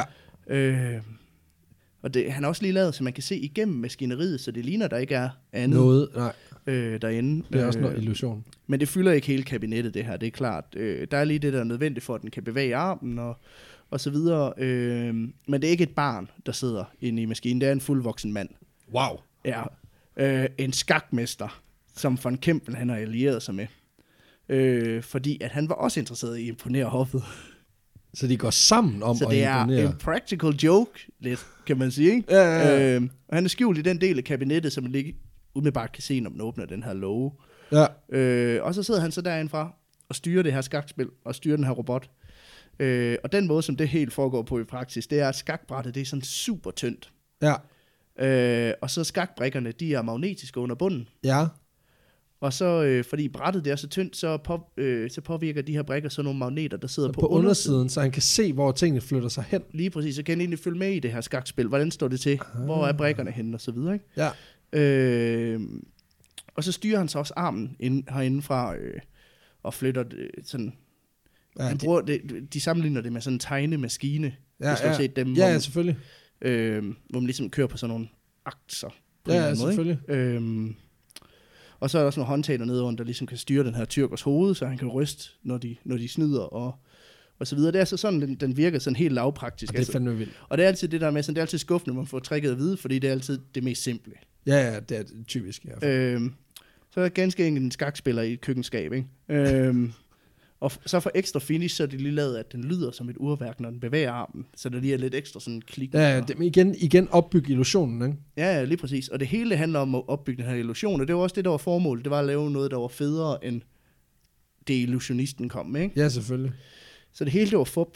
Og han har også lige lavet, så man kan se igennem maskineriet, så det ligner, der ikke er andet. Noget, nej. derinde. Det er også noget illusion. Men det fylder ikke hele kabinettet, det her, det er klart. Der er lige det, der er nødvendigt for, at den kan bevæge armen og så videre. Men det er ikke et barn, der sidder inde i maskinen. Det er en fuldvoksen mand. Wow. Ja. En skakmester, som von Kempelen han har allieret sig med. Fordi at han var også interesseret i at imponere hoffet. Så de går sammen om så at det imponere. er en practical joke, lidt, kan man sige. Ikke? Ja. Og han er skjult i den del af kabinettet, som man ikke umiddelbart kan se, når man åbner den her låge. Ja. Og så sidder han så derindfra og styrer det her skakspil, og styrer den her robot. Og den måde, som det helt foregår på i praksis, det er, at skakbrættet det er sådan super tyndt. Ja. Og så skakbrikkerne, de er magnetiske under bunden. Ja. Og så, fordi brættet det er så tyndt, så påvirker de her brikker sådan nogle magneter, der sidder på undersiden, så han kan se, hvor tingene flytter sig hen. Lige præcis, så kan han egentlig følge med i det her skakspil. Hvordan står det til? Hvor er brikkerne henne? Og så videre, ikke? Ja. Og så styrer han så også armen herindefra og flytter det, sådan. Ja, han bruger de sammenligner det med sådan en tegnemaskine. Ja, set dem, ja, selvfølgelig. Hvor man ligesom kører på sådan nogle akser. Ja, selvfølgelig. Og så er der også nogle håndtag dernede under, der ligesom kan styre den her tyrkers hoved, så han kan ryste, når de snyder og så videre. Det er så sådan, den virker sådan helt lavpraktisk. Og det er fandme vildt. Og det er altid det der med, sådan, det er altid skuffende, når man får trækket at vide, fordi det er altid det mest simple. Ja, det er typisk. Ja. Så er der ganske enkelt en skakspiller i et køkkenskab, ikke? Og så for ekstra finish, så er det lige lavet, at den lyder som et urværk, når den bevæger armen. Så der lige er lidt ekstra sådan klik. Ja, igen opbygge illusionen, ikke? Ja, lige præcis. Og det hele handler om at opbygge den her illusion, og det var også det, der var formålet. Det var at lave noget, der var federe, end det illusionisten kom med, ikke? Ja, selvfølgelig. Så det hele, det var fup.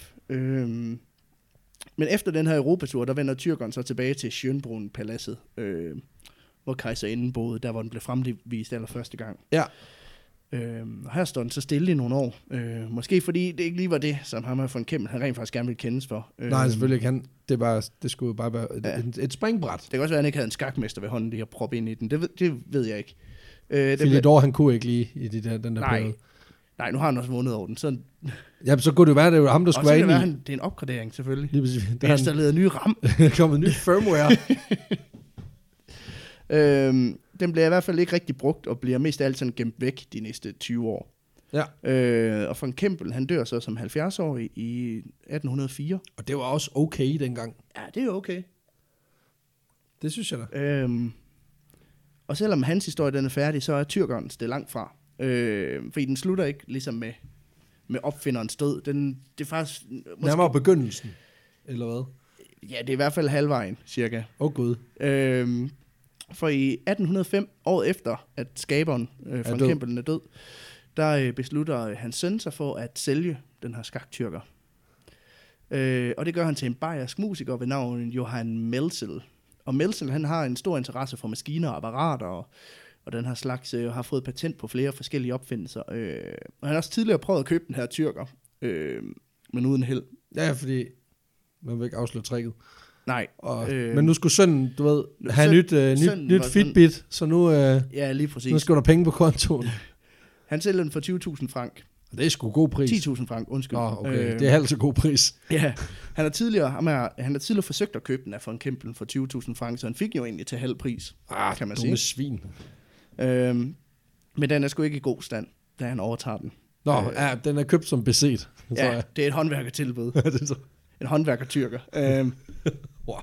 Men efter den her Europatur, der vender tyrkeren så tilbage til Schönbrunn-paladset, hvor kejserinden boede, der hvor den blev fremvist allerførste gang. Ja. Og her står den så stille i nogle år. Måske fordi det ikke lige var det, som ham her von Kempelen, han rent faktisk gerne ville kendes for. Nej, selvfølgelig ikke. Det skulle bare være et springbræt. Det kan også være, at han ikke havde en skakmester ved hånden, de har proppet ind i den. Det ved jeg ikke. Philidor, han kunne ikke lige i den der periode. Nej, nu har han også vundet over den. Så... Ja, så kunne det være, det var ham, der skulle være inde i. Det er en opgradering, selvfølgelig. Lige præcis. Der er installeret ny RAM. Der er kommet ny firmware. Den bliver i hvert fald ikke rigtig brugt, og bliver mest af alt sådan gemt væk de næste 20 år. Ja. Og von Kempelen, han dør så som 70-årig i 1804. Og det var også okay dengang. Ja, det er jo okay. Det synes jeg da. Og selvom hans historie den er færdig, så er tyrkerens det langt fra. Fordi den slutter ikke ligesom med opfinderens død. Det er faktisk... Nærmere begyndelsen, eller hvad? Ja, det er i hvert fald halvvejen, cirka. Gud. For i 1805, året efter, at skaberen von Kempelen er død, der beslutter hans søn sig for at sælge den her skaktyrker. Og det gør han til en bayersk musiker ved navn Johann Melzel. Og Melzel, han har en stor interesse for maskiner og apparater og den her slags, og har fået patent på flere forskellige opfindelser. Og han har også tidligere prøvet at købe den her tyrker, men uden held. Ja, fordi man vil ikke afsløre tricket. Nej. Men nu skulle sønnen, du ved, have nyt Fitbit, så nu, ja, lige præcis. Nu skal der penge på kontoen. Han sælger den for 20.000 frank. Det er sgu god pris. 10.000 frank, undskyld. Okay. Det er halvt så god pris. Ja, han har tidligere forsøgt at købe den af von Kempelen for 20.000 frank, så han fik jo egentlig til halv pris, kan man sige. Svin. Men den er sgu ikke i god stand, da han overtager den. Den er købt som beset. Ja, det er et håndværkertilbud. En håndværkertyrker. Wow.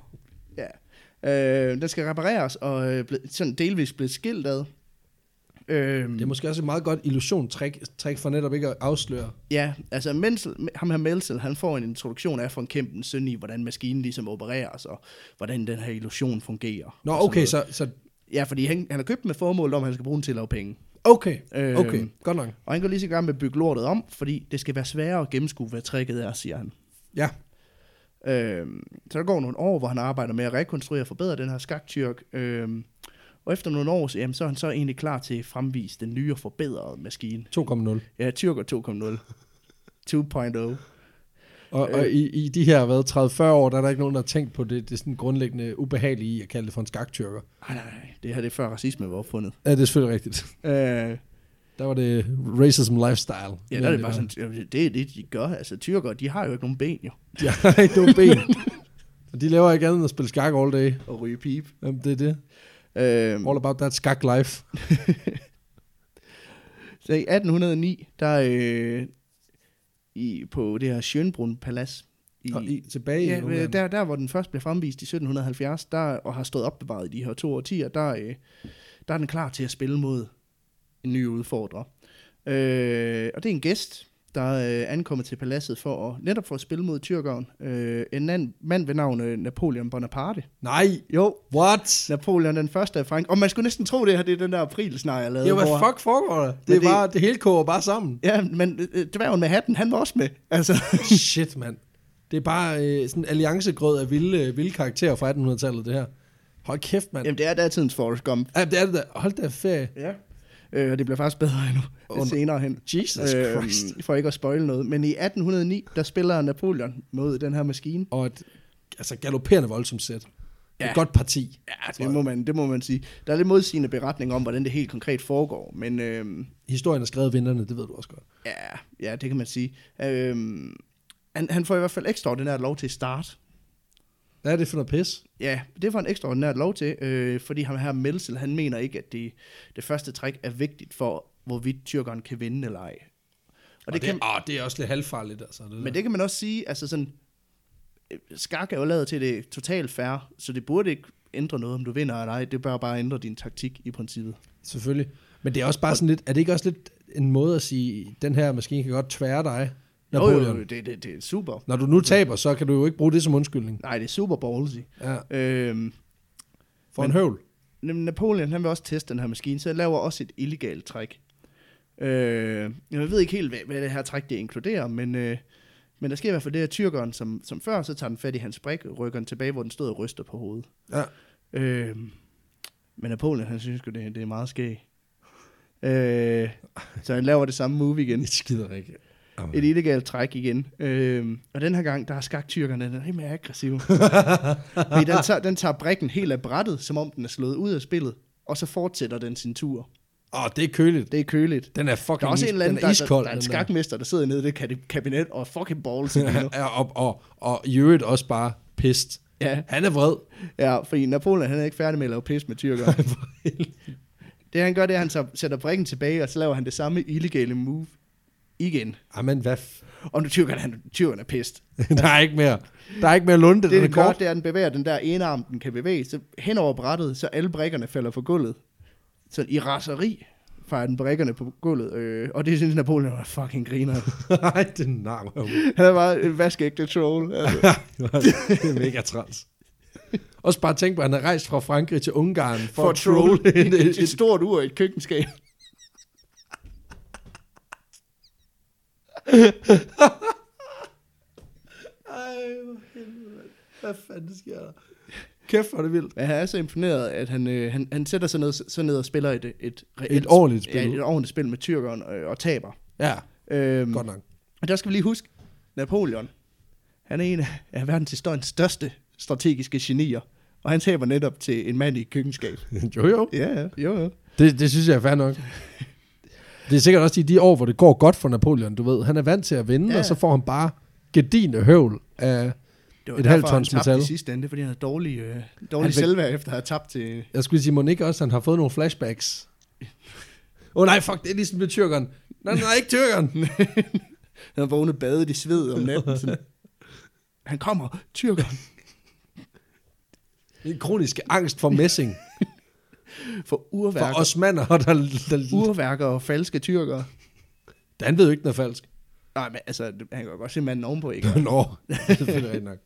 Ja. Den skal repareres, og sådan delvis blevet skilt ad. Det er måske også et meget godt illusionstrik for netop ikke at afsløre. Ja, altså ham her Melzel, han får en introduktion af von Kempelens søn i, hvordan maskinen ligesom opereres, og hvordan den her illusion fungerer. Nå, okay, så... Ja, fordi han har købt med formålet om, at han skal bruge den til at lave penge. Okay, godt nok. Og han går lige så gang med at bygge lortet om, fordi det skal være sværere at gennemskue, hvad tricket er, siger han. Ja. Så der går nogle år, hvor han arbejder med at rekonstruere og forbedre den her skaktyrk. Og efter nogle år, så er han så egentlig klar til at fremvise den nye og forbedrede maskine. 2.0. Ja, tyrker 2.0. 2.0. Og i de her 30-40 år, der er der ikke nogen, der har tænkt på det sådan grundlæggende ubehagelige i at kalde det for en skaktyrker. Nej, det her det er før racisme var opfundet. Ja, det er selvfølgelig rigtigt. Der var det racism lifestyle. Ja, der er det bare sådan, det er det, de gør. Altså, tyrkere, de har jo ikke nogen ben, jo. De har ikke nogen ben. Og de laver ikke andet end at spille skak all day. Og ryge pip. Jamen, det er det. All about that skak life. Så i 1809, der på det her Schönbrunn Palads, tilbage i Ungarn. der hvor den først blev fremvist i 1770, og har stået opbevaret i de her 2 årtier, der er den klar til at spille mod en ny udfordrer. Og det er en gæst, der er ankommet til paladset netop for at spille mod tyrkeren. En mand ved navn Napoleon Bonaparte. Nej! Jo. What? Napoleon den første af Frankrig. Og man skulle næsten tro, det her det er den der aprilsnar, jeg lavede. Jo, hvad fuck foregår der? Det hele koger bare sammen. Ja, men dværgen med hatten, han var også med. Altså. Shit, mand. Det er bare sådan en alliancegrød af vilde karakterer fra 1800-tallet, det her. Hold kæft, mand. Jamen, det er datidens Forrest Gump. Ja, det er det da. Hold da ferie. Ja. Og det bliver faktisk bedre endnu senere hen. Jesus Christ. For ikke at spoile noget. Men i 1809, der spiller Napoleon mod den her maskine. Og et galopperende voldsomt sæt. Ja. Et godt parti. Ja, det må man sige. Der er lidt modsigende beretning om, hvordan det helt konkret foregår. Men historien er skrevet vinderne, det ved du også godt. Ja, det kan man sige. Han får i hvert fald ekstraordinært lov til at starte. Hvad er det for noget pis? Ja, det får han ekstraordinært lov til, fordi ham her Melzel, han mener ikke, at det første træk er vigtigt for, hvorvidt tyrkeren kan vinde eller ej. Og det er også lidt halvfarligt, altså. Men det kan man også sige, altså sådan, skak er jo lavet til det totalt fair, så det burde ikke ændre noget, om du vinder eller ej. Det bør bare ændre din taktik i princippet. Selvfølgelig. Men det er også bare sådan lidt, er det ikke også lidt en måde at sige, den her maskine kan godt tvære dig? Jo, det er super. Når du nu taber, så kan du jo ikke bruge det som undskyldning. Nej, det er super ballsy. Ja. For en høvl. Napoleon, han vil også teste den her maskine, så jeg laver også et illegalt træk. Jeg ved ikke helt, hvad det her træk det inkluderer, men der sker i hvert fald det, at tyrkeren, som før, så tager den fat i hans brik, rykker den tilbage, hvor den stod og ryster på hovedet. Ja. Men Napoleon, han synes jo, det er meget skæg. Så han laver det samme move igen. Det skider ikke. Et illegalt træk igen. Og den her gang, der er skaktyrkerne, den er rimelig aggressiv. Den tager brikken helt af brættet, som om den er slået ud af spillet, og så fortsætter den sin tur. Det er køligt. Det er køligt. Den er fucking der er også en eller anden, iskold. Der er en skakmester, der sidder nede i det kabinet, og fucking balls. og i øvrigt også bare pist. Ja. Han er vred. Ja, fordi Napoleon, han er ikke færdig med at lave pis med tyrkere. Det han gør, det er, at han sætter brikken tilbage, og så laver han det samme illegale move igen. Jamen, hvad? Og nu tyrkeren er pist. Der er ikke mere lunde. Det gør, det er, at den bevæger den der ene arm, den kan bevæge, så hen over brættet, så alle brikkerne falder på gulvet. Så i raseri fejrer den brikkerne på gulvet. Og det synes Napoleon var fucking griner. Nej, det er nar. Han er bare en vaskeægte troll. Altså. Det er mega træls. Også bare tænk på, at han har rejst fra Frankrig til Ungarn for at troll et stort ur i et køkkenskab. Hvad fanden sker der? Kæft, hvor er det vildt. Jeg er så imponeret, at han sætter sig ned og spiller et ordentligt spil. Ja, et ordentligt spil med tyrkeren og taber. Ja, godt nok. Og der skal vi lige huske, Napoleon, han er en af verdenshistoriens største strategiske genier, og han taber netop til en mand i et køkkenskab. Jo. Ja, jo. Det synes jeg er fair nok. Det er sikkert også de år, hvor det går godt for Napoleon, du ved. Han er vant til at vinde, og så får han bare gedigne høvl af et halvt tons metal. Det var derfor, han tabte i sidste ende, fordi han havde dårlig selvværd efter at have tabt til... Jeg skulle sige, Monique også, han har fået nogle flashbacks. Nej, fuck, det er ligesom med tyrkeren. Nej, ikke tyrkeren. Han har vågnet badet i sved om natten. Sådan. Han kommer, tyrkeren. En kronisk angst for messing. For urværker. For osmander, der... Urværker og falske tyrkere. Han ved jo ikke, den er falsk. Nej, men altså, han kan godt se manden ovenpå, ikke? Nå, det er selvfølgelig nok.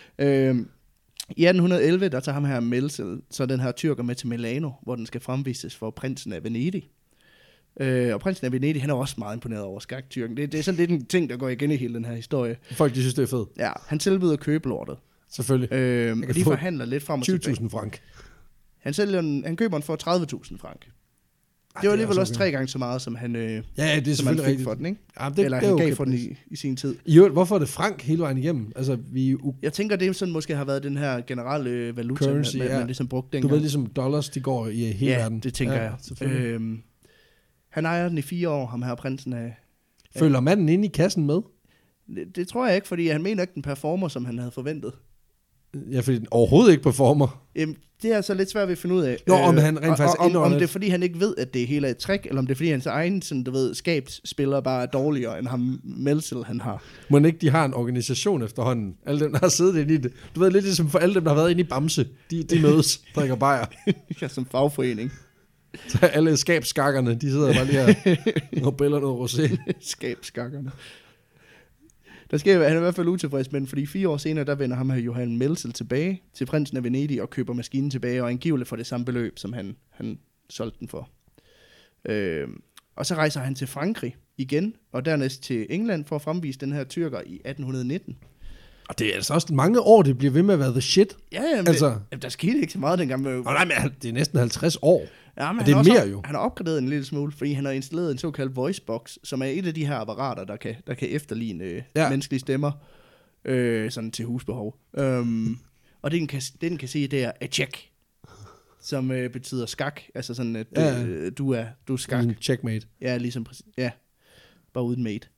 I 1811, der tager ham her Melzel, så den her tyrker med til Milano, hvor den skal fremvises for prinsen af Venedig. Og prinsen af Venedig, han er også meget imponeret over skaktyrken. Det er sådan lidt en ting, der går igen i hele den her historie. Folk, de synes, det er fedt. Ja, han tilbyder købelordet. Selvfølgelig. Og de forhandler lidt frem og tilbage. 20.000 frank. Han køber den for 30.000 frank. Det var alligevel også 3 gange så meget, som han, det er som han fik for den, ikke? Ja, det, eller det han okay gav for den i sin tid. Hvorfor er det frank hele vejen igennem? Altså, jeg tænker, det sådan måske har været den her generelle valuta, currency, man ligesom brugte dengang. Du ved ligesom dollars, de går i hele verden. Ja, det tænker jeg. Han ejer den i 4 år, ham her prinsen af... Følger manden inde i kassen med? Det tror jeg ikke, fordi han mener ikke, den performer, som han havde forventet. Ja, fordi den overhovedet ikke performer. Det er så lidt svært ved at finde ud af. Nå, om han rent faktisk om det er, fordi han ikke ved, at det hele er et trick, eller om det er, fordi hans egen, sådan, du ved, skabsspiller bare er dårligere, end ham Melzel, han har. Må ikke de har en organisation efterhånden? Alle dem, der har siddet inde i det. Du ved, lidt ligesom for alle dem, der har været inde i Bamse. De mødes, drikker bajer. Ja, som fagforening. Så alle skabsskakkerne, de sidder bare lige her og bæller noget rosé. Skabsskakkerne. Der sker, han er i hvert fald utilfreds, men fordi 4 år senere, der vender ham her Johan Melzel tilbage til prinsen af Venedig og køber maskinen tilbage, og angiveligt for det samme beløb, som han solgte den for. Og så rejser han til Frankrig igen, og dernæst til England for at fremvise den her tyrker i 1819. Og det er altså også mange år, det bliver ved med at være the shit. Ja, jamen, altså, der skete ikke så meget dengang. Nej, men det er næsten 50 år. Ja, men det er mere jo. Han har opgraderet en lille smule, fordi han har installeret en såkaldt voicebox, som er et af de her apparater, der kan efterligne menneskelige stemmer, sådan til husbehov. Og det den kan sige, det er a check, som betyder skak, altså sådan, at du er skak. Checkmate. Ja, ligesom bare uden mate.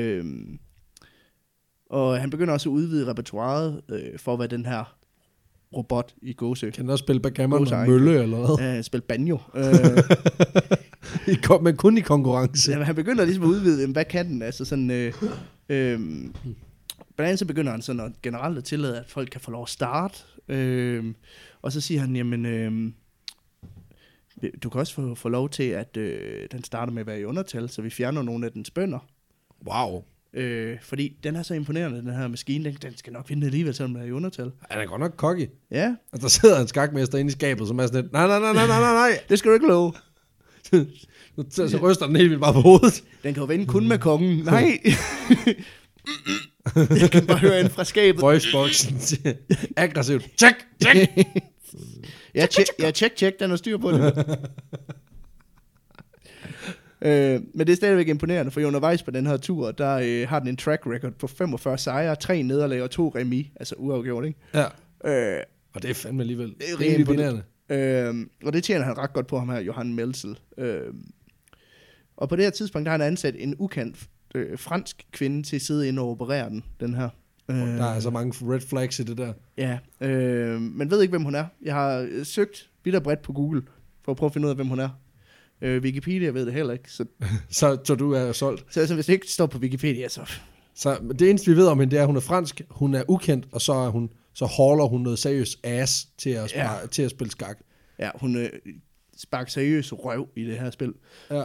Og han begynder også at udvide repertoiret for, hvad den her robot i gåsø. Kan den også spille backgammon og mølle eller hvad? Spille banjo. Men kun i konkurrence. Ja, han begynder ligesom at udvide, hvad kan den? Altså sådan, blandt andet så begynder han sådan at generelt at tillade, at folk kan få lov at starte. Og så siger han, jamen, du kan også få lov til, at den starter med at være i undertal, så vi fjerner nogle af dens bønder. Wow. Fordi den er så imponerende, den her maskine, den skal nok vinde alligevel, selvom den er i undertal. Han er godt nok cocky. Ja. Og der sidder en skakmester inde i skabet, som er sådan lidt, nej. Det skal du ikke love. Så ryster den helt vildt bare på hovedet. Den kan jo vinde kun med kongen. Nej. Jeg kan bare høre ind fra skabet. Voiceboxen. Aggressivt. Check. Check. Den har styr på det. Men det er stadigvæk imponerende, for undervejs på den her tur, der har den en track record på 45 sejre, 3 nederlag og 2 remis, altså uafgjort, ikke? Ja. Og det er fandme alligevel rimelig imponerende. Og det tjener han ret godt på, ham her, Johan Melzel. Og på det her tidspunkt, der har han ansat en ukendt fransk kvinde til at sidde inde og operere den her. Der er så mange red flags i det der. Ja, men ved ikke, hvem hun er. Jeg har søgt vidt og bredt på Google, for at prøve at finde ud af, hvem hun er. Wikipedia ved det heller ikke. Så du er solgt? Så altså, hvis det ikke står på Wikipedia, så det eneste, vi ved om hende, det er, at hun er fransk, hun er ukendt, og så hauler hun noget seriøs ass til at spille skak. Ja, hun sparker seriøs røv i det her spil. Ja.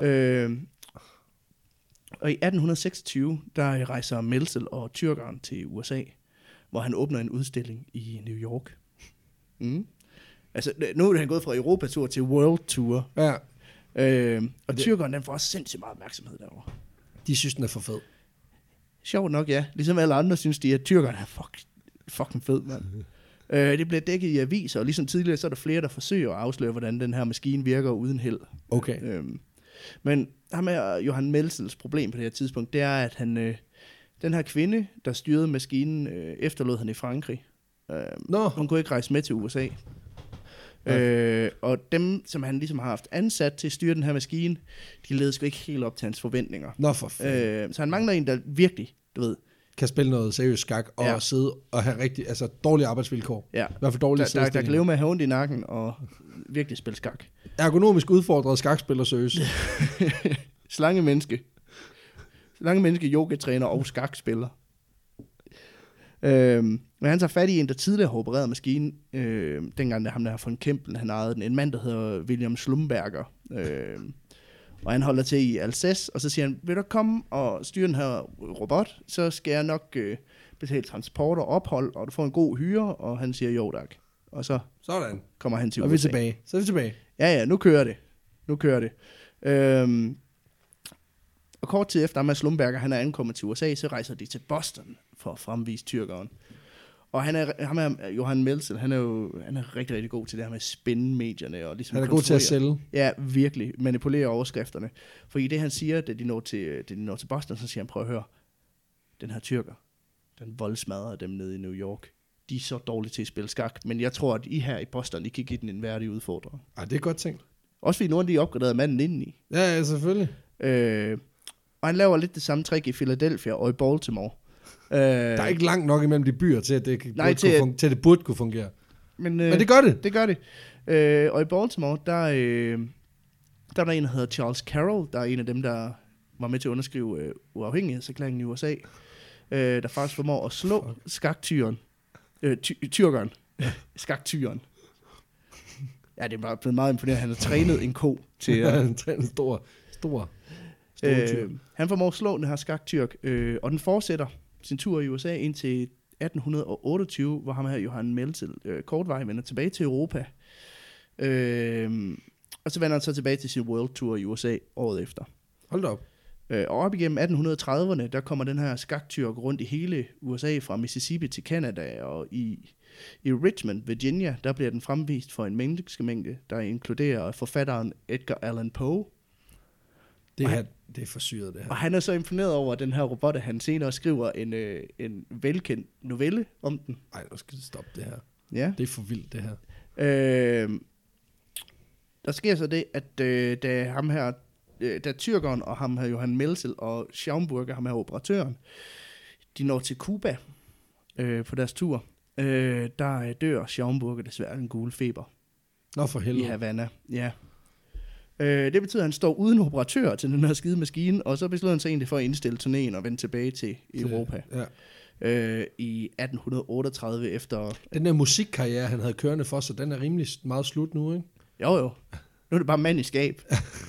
Og i 1826, der rejser Melzel og tyrkeren til USA, hvor han åbner en udstilling i New York. Altså, nu er han gået fra Europa-tur til World Tour. Ja. Og tyrkeren, den får også sindssygt meget opmærksomhed derovre. De synes, den er for fed. Sjovt nok, ja. Ligesom alle andre synes de, at tyrkeren er fucking fed, mand. Det bliver dækket i aviser, og ligesom tidligere, så er der flere, der forsøger at afsløre, hvordan den her maskine virker uden held. Okay. Men ham er Johan Melzels problem på det her tidspunkt, det er, at han, den her kvinde, der styrede maskinen, efterlod han i Frankrig. Hun kunne ikke rejse med til USA. Ja. Og dem, som han ligesom har haft ansat til at styre den her maskine, de leder sgu ikke helt op til hans forventninger. Nå for fanden. Så han mangler en, der virkelig, du ved, kan spille noget seriøst skak og sidde og have rigtig, altså dårlige arbejdsvilkår. Ja. I hvert fald dårlige der kan leve med at have ondt i nakken og virkelig spille skak. Ergonomisk udfordret skakspiller seriøst. Slange menneske, yogatræner og skakspiller. Men han tager fat i en, der tidligere har opereret maskinen, dengang der ham der von Kempelen, han ejede den, en mand, der hedder William Schlumberger. Og han holder til i Alsace, og så siger han, vil du komme og styre den her robot, så skal jeg nok betale transport og ophold, og du får en god hyre, og han siger, jo tak. Og så kommer han til USA. Og så er vi tilbage. Ja, nu kører det. Og kort tid efter, at Schlumberger han er ankommet til USA, så rejser de til Boston for at fremvise tyrkeren. Og Johan Melzel, han er rigtig, rigtig god til det her med at spænde medierne. Og ligesom han er god til at sælge. Ja, virkelig. Manipulere overskrifterne. For i det, han siger, da de når til Boston, så siger han, prøv at høre, den her tyrker, den voldsmadrede dem nede i New York. De er så dårlige til at spille skak, men jeg tror, at I her i Boston, I kan give den en værdig udfordring. Ja, det er godt tænkt. Også fordi nogle af de opgraderede manden indeni. Ja, selvfølgelig. Og han laver lidt det samme trick i Philadelphia og i Baltimore. Der er ikke langt nok imellem de byer til, at det, til at det burde kunne fungere. Men det gør det. Det gør det. Og i Baltimore, der er der en, der hedder Charles Carroll, der er en af dem, der var med til at underskrive uafhængighedserklæringen i USA, der faktisk formår at slå skaktyren. Tyrkeren. Skaktyren. Ja, det er bare blevet meget imponerende. Han har trænet en ko til... Han trænet stor tyr. Han formår at slå den her skaktyrk, og den fortsætter sin tur i USA indtil 1828, hvor ham her, Johan Melzel, kortvej vender tilbage til Europa. Og så vender han så tilbage til sin World Tour i USA året efter. Hold da op. Og op igennem 1830'erne, der kommer den her skaktyrk rundt i hele USA, fra Mississippi til Canada, og i Richmond, Virginia, der bliver den fremvist for en menneskemængde, der inkluderer forfatteren Edgar Allan Poe. Det er for syret, det her. Og han er så imponeret over den her robot, at han senere skriver en velkendt novelle om den. Ej, nu skal det stoppe det her. Ja. Det er for vildt, det her. Der sker så det, at da tyrkeren og ham her, Johan Melzel og Schaumburger, ham her operatøren, de når til Cuba på deres tur, der dør Schaumburger desværre den gule feber. Nå, for helvede. I Havana, ja. Det betyder, at han står uden operatør til den her skide maskine, og så beslutter han sig egentlig for at indstille turnéen og vende tilbage til Europa. Ja. I 1838 efter... Den der musikkarriere, han havde kørende for sig, den er rimelig meget slut nu, ikke? Jo. Nu er det bare mand i skab.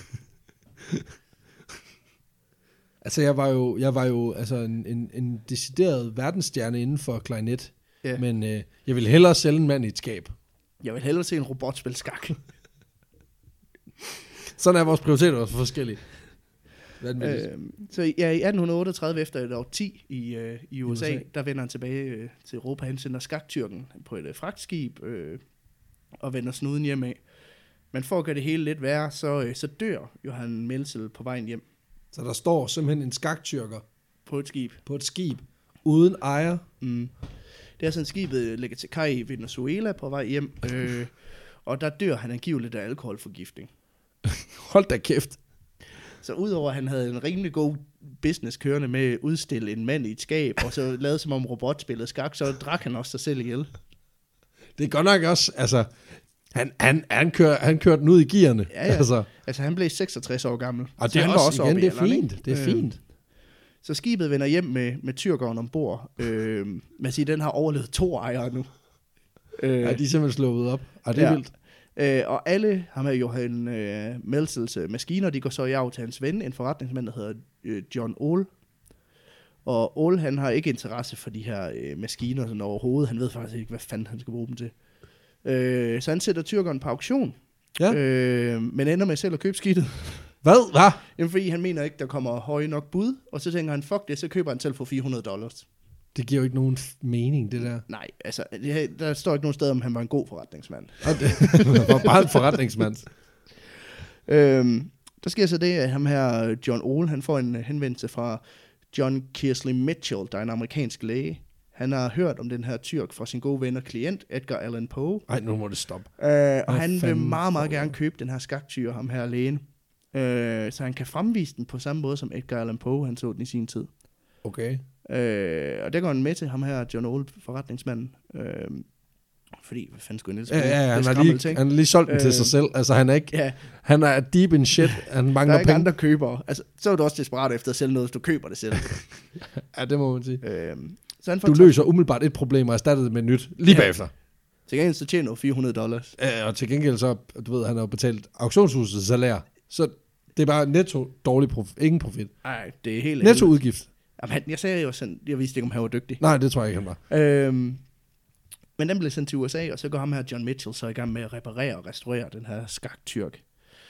Altså, jeg var jo altså en decideret verdensstjerne inden for klarinet. Ja. Men jeg vil hellere sælge en mand i et skab. Jeg vil hellere se en robot spille skak. Sådan er vores prioriteter også forskellige. Så ja, i 1838, efter et årti i USA, der vender han tilbage til Europa. Han sender skaktyrken på et fragtskib og vender snuden hjem af. Men for at gøre det hele lidt værre, så dør Johan Melzel på vejen hjem. Så der står simpelthen en skaktyrker på et skib. På et skib, uden ejer. Mm. Det er sådan, skibet ligger til kaj i Venezuela på vej hjem, og der dør han angiveligt af alkoholforgiftning. Hold da kæft. Så udover at han havde en rimelig god business kørende med at udstille en mand i et skab, og så lavede som om robot spillede skak, så drak han også sig selv ihjel. Det er godt nok også, altså, han kørte den ud i gearne. Ja. Altså han blev 66 år gammel. Og det er også igen, det er fint. Det er fint. Så skibet vender hjem med tyrkeren ombord. Man siger, den har overlevet 2 ejere nu. Ja, de er simpelthen sluppet op. Og det er vildt. Og alle ham her Johan Melzels maskiner, de går så i arv til hans ven, en forretningsmand, der hedder John Ohl. Og Ohl, han har ikke interesse for de her maskiner sådan overhovedet. Han ved faktisk ikke, hvad fanden han skal bruge dem til. Så han sætter tyrkeren på auktion. Ja. Men ender med selv at købe skidtet. Hvad? Jamen, fordi han mener ikke, der kommer høje nok bud. Og så tænker han, fuck det, så køber han selv for $400. Det giver jo ikke nogen mening, det der. Nej, altså, der står ikke nogen sted, om han var en god forretningsmand. Det var bare en forretningsmand. Der sker så det, at ham her, John Ohl, han får en henvendelse fra John Kearsley Mitchell, der er en amerikansk læge. Han har hørt om den her tyrk fra sin gode ven og klient, Edgar Allan Poe. Nej, nu må det stoppe. Og han vil meget, meget gerne købe den her skaktyr, ham her lægen. Så han kan fremvise den på samme måde, som Edgar Allan Poe, han så den i sin tid. Okay. Og der går han med til ham her, John Ohl, forretningsmanden. Fordi, hvad fanden skulle han han har lige solgt den til sig selv. Altså, han er deep in shit. Han mangler penge. Der er ikke andre købere. Altså, så er du også desperat efter at sælge noget, hvis du køber det selv. Ja, det må man sige. Så du løser umiddelbart et problem og erstatter det med nyt lige bagefter. Til gengæld så tjener du $400. Og til gengæld så, du ved, han har betalt auktionshusets salær. Så det er bare netto dårlig ingen profit. Nej, det er helt netto udgift. Jamen, jeg sagde jo sådan, jeg vidste ikke, om han var dygtig. Nej, det tror jeg ikke, han var. Men den blev sendt til USA, og så går ham her John Mitchell så i gang med at reparere og restaurere den her skaktyrk.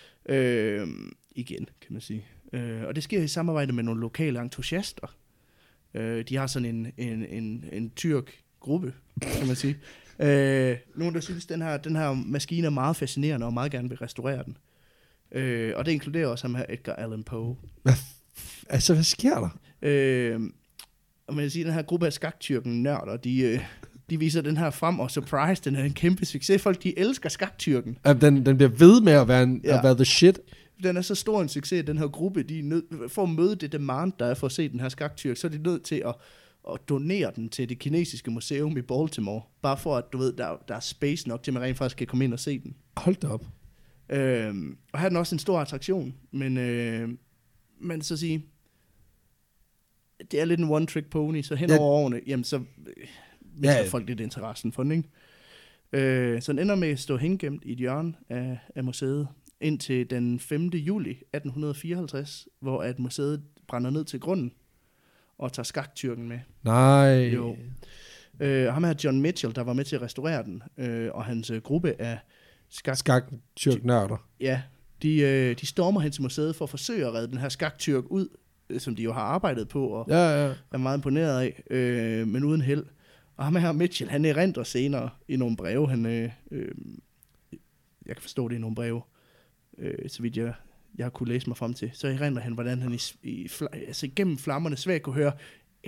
Igen, kan man sige. Og det sker i samarbejde med nogle lokale entusiaster. De har sådan en tyrk-gruppe, kan man sige. Nogen, der synes, den her maskine er meget fascinerende, og meget gerne vil restaurere den. Og det inkluderer også ham her Edgar Allan Poe. Hvad sker der? Og man kan sige, den her gruppe af skaktyrken-nørder, de viser den her frem, og surprise, den er en kæmpe succes. Folk, de elsker skaktyrken. Den bliver ved med at være the shit. Den er så stor en succes, den her gruppe, for at møde det demand, der er for at se den her skaktyrk, så er de nødt til og donere den til det kinesiske museum i Baltimore, bare for at, du ved, der er space nok til, at man rent faktisk kan komme ind og se den. Hold da op. Og her er den også en stor attraktion, men så sige, det er lidt en one-trick pony, så hen over årene, jamen så mister folk lidt interessen for den, ikke? Så den ender med at stå hængegemt i et hjørne af museet, indtil den 5. juli 1854, hvor at museet brænder ned til grunden, og tager skaktyrken med. Nej. Jo. Ham her John Mitchell, der var med til at restaurere den, og hans gruppe af skaktyrk-nørder. Ja, de stormer hen til museet for at forsøge at redde den her skaktyrk ud, som de jo har arbejdet på, og er meget imponeret af, men uden held. Og ham her Mitchell, han erindrer senere i nogle breve, jeg kan forstå det i nogle breve, så vidt jeg har kunne læse mig frem til, så erindrer han, hvordan han gennem flammerne svært kunne høre,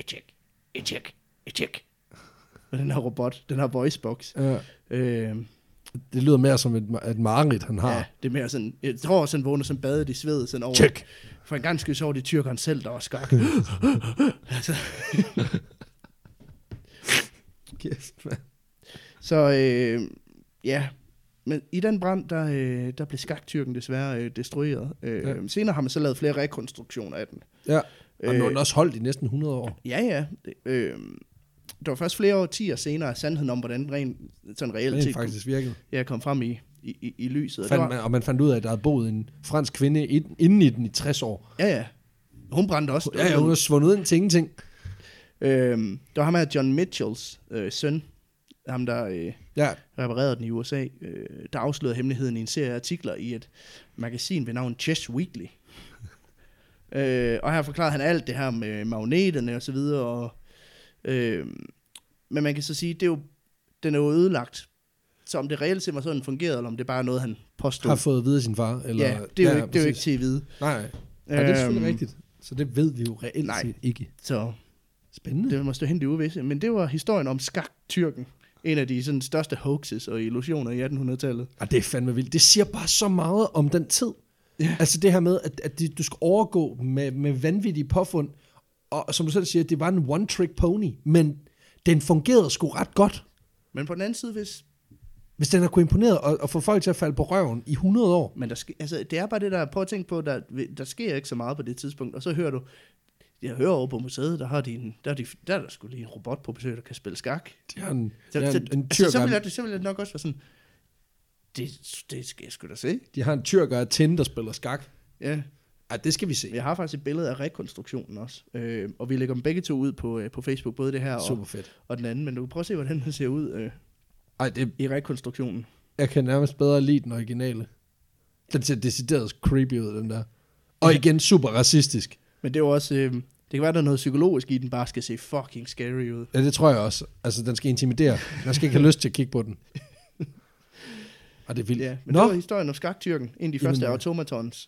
et og den her robot, den her voicebox. Ja. Det lyder mere som et mareridt, han har. Ja, det er mere sådan, jeg tror også, han vågner som badet i sved, sådan over. Check. For en gang skyld så var det tyrkeren selv, der var skak. Altså. Så ja, men i den brand, der blev skaktyrken desværre destrueret. Senere har man så lavet flere rekonstruktioner af den. Ja, og nu er den også holdt i næsten 100 år. Ja. Der var først flere årtier senere sandheden om, hvordan den sådan reelt set faktisk virkede. Ja, kom frem i lyset. Og man fandt ud af, at der havde boet en fransk kvinde inden i den i 60 år. Ja. Hun brændte også. Ja, hun var svundet ind til ingenting. Der var ham her John Mitchells søn, ham der reparerede den i USA, der afslørede hemmeligheden i en serie artikler i et magasin ved navn Chess Weekly. Og her forklarede han alt det her med magneterne og så videre, men man kan så sige, den er jo ødelagt. Så om det reelt set var sådan, den fungerede, eller om det bare er noget, han påstod. Har fået at vide af sin far. Eller, ja, det er jo ikke til at vide. Nej, det er selvfølgelig rigtigt. Så det ved vi jo reelt set ikke. Så spændende. Det må stå hen i uvisse. Men det var historien om skaktyrken. En af de sådan, største hoaxes og illusioner i 1800-tallet. Det er fandme vildt. Det siger bare så meget om den tid. Ja. Altså det her med, at du skal overgå med vanvittige påfund. Og som du selv siger, det var en one-trick pony. Men den fungerede sgu ret godt. Men på den anden side, hvis den har kunnet imponere og få folk til at falde på røven i 100 år. Men det er bare det der, prøv at tænke på, der sker ikke så meget på det tidspunkt. Og så hører du, jeg hører over på museet, der er der sgu lige en robot på besøg, der kan spille skak. De har en tyrker. Så vil det nok også være sådan, det skal jeg sgu da se. De har en tyrker af tin, der spiller skak. Ja. Det skal vi se. Jeg har faktisk et billede af rekonstruktionen også. Og vi lægger dem begge to ud på Facebook, både det her og den anden. Men du kan prøve at se, hvordan den ser ud i rekonstruktionen. Jeg kan nærmest bedre lide den originale. Den ser decideret creepy ud, den der. Og igen super racistisk. Men det er jo også, det kan være, der er noget psykologisk i den, bare skal se fucking scary ud. Ja, det tror jeg også. Altså, den skal intimidere. Man skal ikke have lyst til at kigge på den. Og det er vildt. Ja, men det var historien om skaktyrken. En af de første automatons.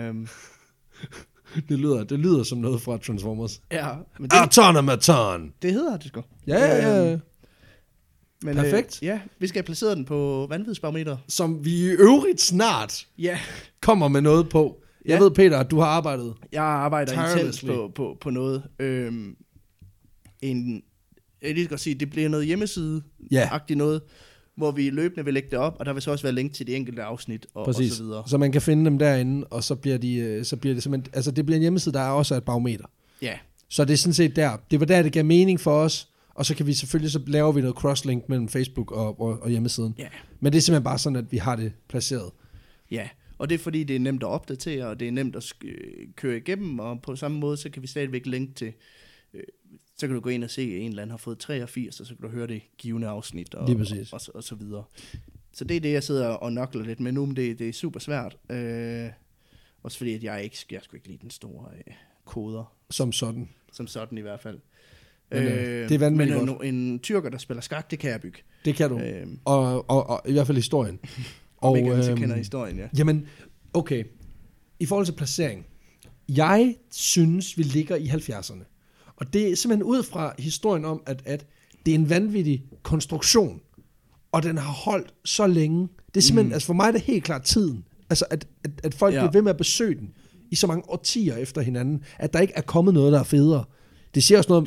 Det lyder som noget fra Transformers. Ja. Automaton! Det hedder det sgu. Ja. Men, perfekt. Vi skal have placeret den på vanvidsbarometeret. Som vi i øvrigt snart kommer med noget på. Jeg ved, Peter, at du har arbejdet. Jeg arbejder intens på noget. Jeg lige skal sige, det bliver noget hjemmeside-agtigt noget, hvor vi løbende vil lægge det op, og der vil så også være link til de enkelte afsnit og så videre. Så man kan finde dem derinde, og så bliver det simpelthen, altså det bliver en hjemmeside, der er også et barometer. Ja. Så det er sådan set der. Det var der, det gav mening for os, og så kan vi selvfølgelig, så laver vi noget crosslink mellem Facebook og hjemmesiden. Ja. Men det er simpelthen bare sådan, at vi har det placeret. Ja, og det er fordi, det er nemt at opdatere, og det er nemt at køre igennem, og på samme måde, så kan vi stadigvæk linke til, så kan du gå ind og se, at en eller anden har fået 83, og så kan du høre det givende afsnit, og så videre. Så det er det, jeg sidder og nokler lidt med nu, men det er super svært. Også fordi, at jeg skulle ikke lide den store koder. Som sådan i hvert fald. Men, det er vanvittigt godt. En tyrker, der spiller skak, det kan jeg bygge. Det kan du. Og i hvert fald historien. Og ikke kender historien, ja. Jamen, okay. I forhold til placering. Jeg synes, vi ligger i 70'erne. Og det er simpelthen ud fra historien om, at det er en vanvittig konstruktion. Og den har holdt så længe. Det er simpelthen, altså for mig er det helt klart tiden. Altså, at folk bliver ved med at besøge den i så mange årtier efter hinanden. At der ikke er kommet noget, der er federe. Det siger også noget om,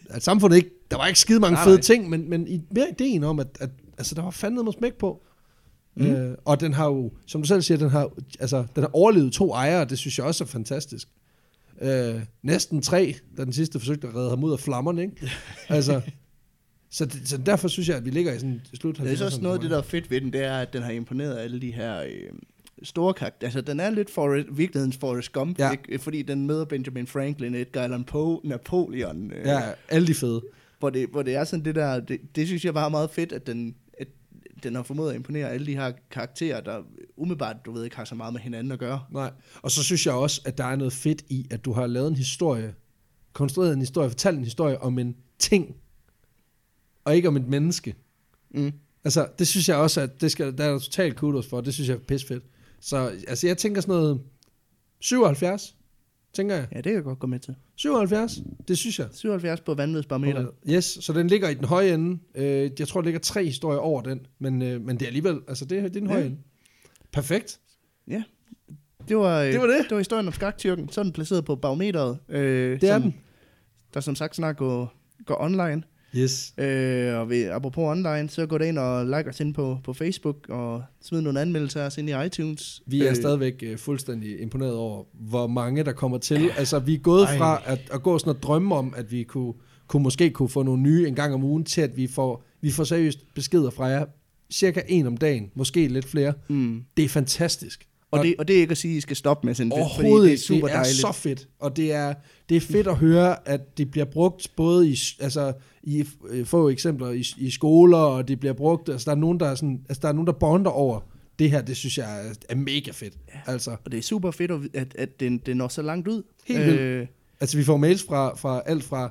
at samfundet ikke, der var ikke skide mange fede ting, men mere ideen om, at altså, der var fandme noget smæk på. Og den har jo, som du selv siger, den har overlevet 2 ejere, det synes jeg også er fantastisk. Næsten 3, da den sidste forsøgte at redde ham ud af flammerne, ikke? Altså, så derfor synes jeg, at vi ligger i sådan slut. Det er også noget af det, der er fedt ved den, det er, at den har imponeret alle de her store karakterer. Altså, den er lidt virkelighedens Forrest Gump, ikke? Fordi den møder Benjamin Franklin, Edgar Allan Poe, Napoleon. Ja, alle de fede. Hvor det er sådan det der, det synes jeg var meget fedt, at den har formået at imponere alle de her karakterer, der umiddelbart, du ved, ikke har så meget med hinanden at gøre. Nej, og så synes jeg også, at der er noget fedt i, at du har lavet en historie, konstrueret en historie, fortalt en historie om en ting, og ikke om et menneske. Altså, det synes jeg også, at der er totalt kudos for, det synes jeg er pissefedt. Så altså, jeg tænker sådan noget 77, tænker jeg. Ja, det kan jeg godt gå med til. 77, det synes jeg. 77 på vanvidsbarometer. Yes, så den ligger i den høje ende. Jeg tror, der ligger 3 historier over den, men det er alligevel, altså det er den høje ende. Perfekt. Ja, det var historien om Skaktyrken, sådan placeret på barometeret. Det er den. Der som sagt snart går online. Yes. Og apropos online, så gå ind og like os ind på Facebook, og smid nogle anmeldelser af os ind i iTunes. Vi er stadigvæk fuldstændig imponeret over, hvor mange der kommer til. Altså, vi er gået fra at gå sådan og drømme om, at vi måske kunne få nogle nye en gang om ugen, til at vi får seriøst beskeder fra jer. Cirka 1 om dagen, måske lidt flere. Det er fantastisk. Og det er ikke at sige, at I skal stoppe med sådan det, fordi det er super dejligt. Det er så fedt, og det er fedt at høre, at det bliver brugt både i få eksempler i skoler, og det bliver brugt, altså der er nogen, der bonder over det her, det synes jeg er mega fedt. Ja. Altså. Og det er super fedt, at det når så langt ud. Helt vildt. Altså vi får mails fra alt fra,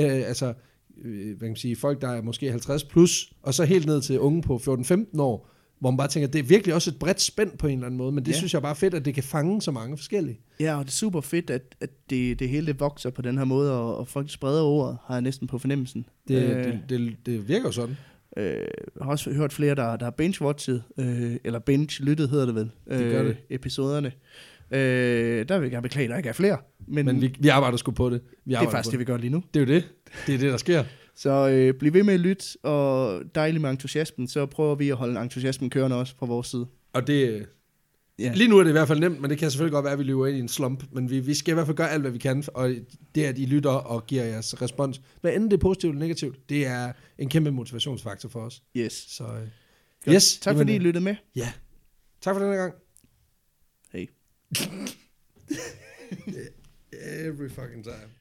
hvad kan man sige, folk, der er måske 50 plus, og så helt ned til unge på 14-15 år, hvor man bare tænker, at det er virkelig også et bredt spænd på en eller anden måde, men det synes jeg bare er fedt, at det kan fange så mange forskellige. Ja, og det er super fedt, at det hele det vokser på den her måde, og folk spreder ordet, har jeg næsten på fornemmelsen. Det virker jo sådan. Jeg har også hørt flere, der har binge-watchet, eller binge-lyttet hedder det vel, det gør det. Episoderne. Der vil jeg gerne beklage, at der ikke er flere. Men vi arbejder sgu på det. Det er faktisk det, vi gør lige nu. Det er jo det. Det er det, der sker. Så bliv ved med at lytte, og dejligt med entusiasmen, så prøver vi at holde entusiasmen kørende også fra vores side. Og det... Yeah. Lige nu er det i hvert fald nemt, men det kan selvfølgelig godt være, at vi løber ind i en slump, men vi skal i hvert fald gøre alt, hvad vi kan, og det, at I lytter og giver jeres respons, hvad enten det er positivt eller negativt, det er en kæmpe motivationsfaktor for os. Yes. Så, yes. Tak fordi I lyttede med. Ja. Tak for denne gang. Hej. Every fucking time.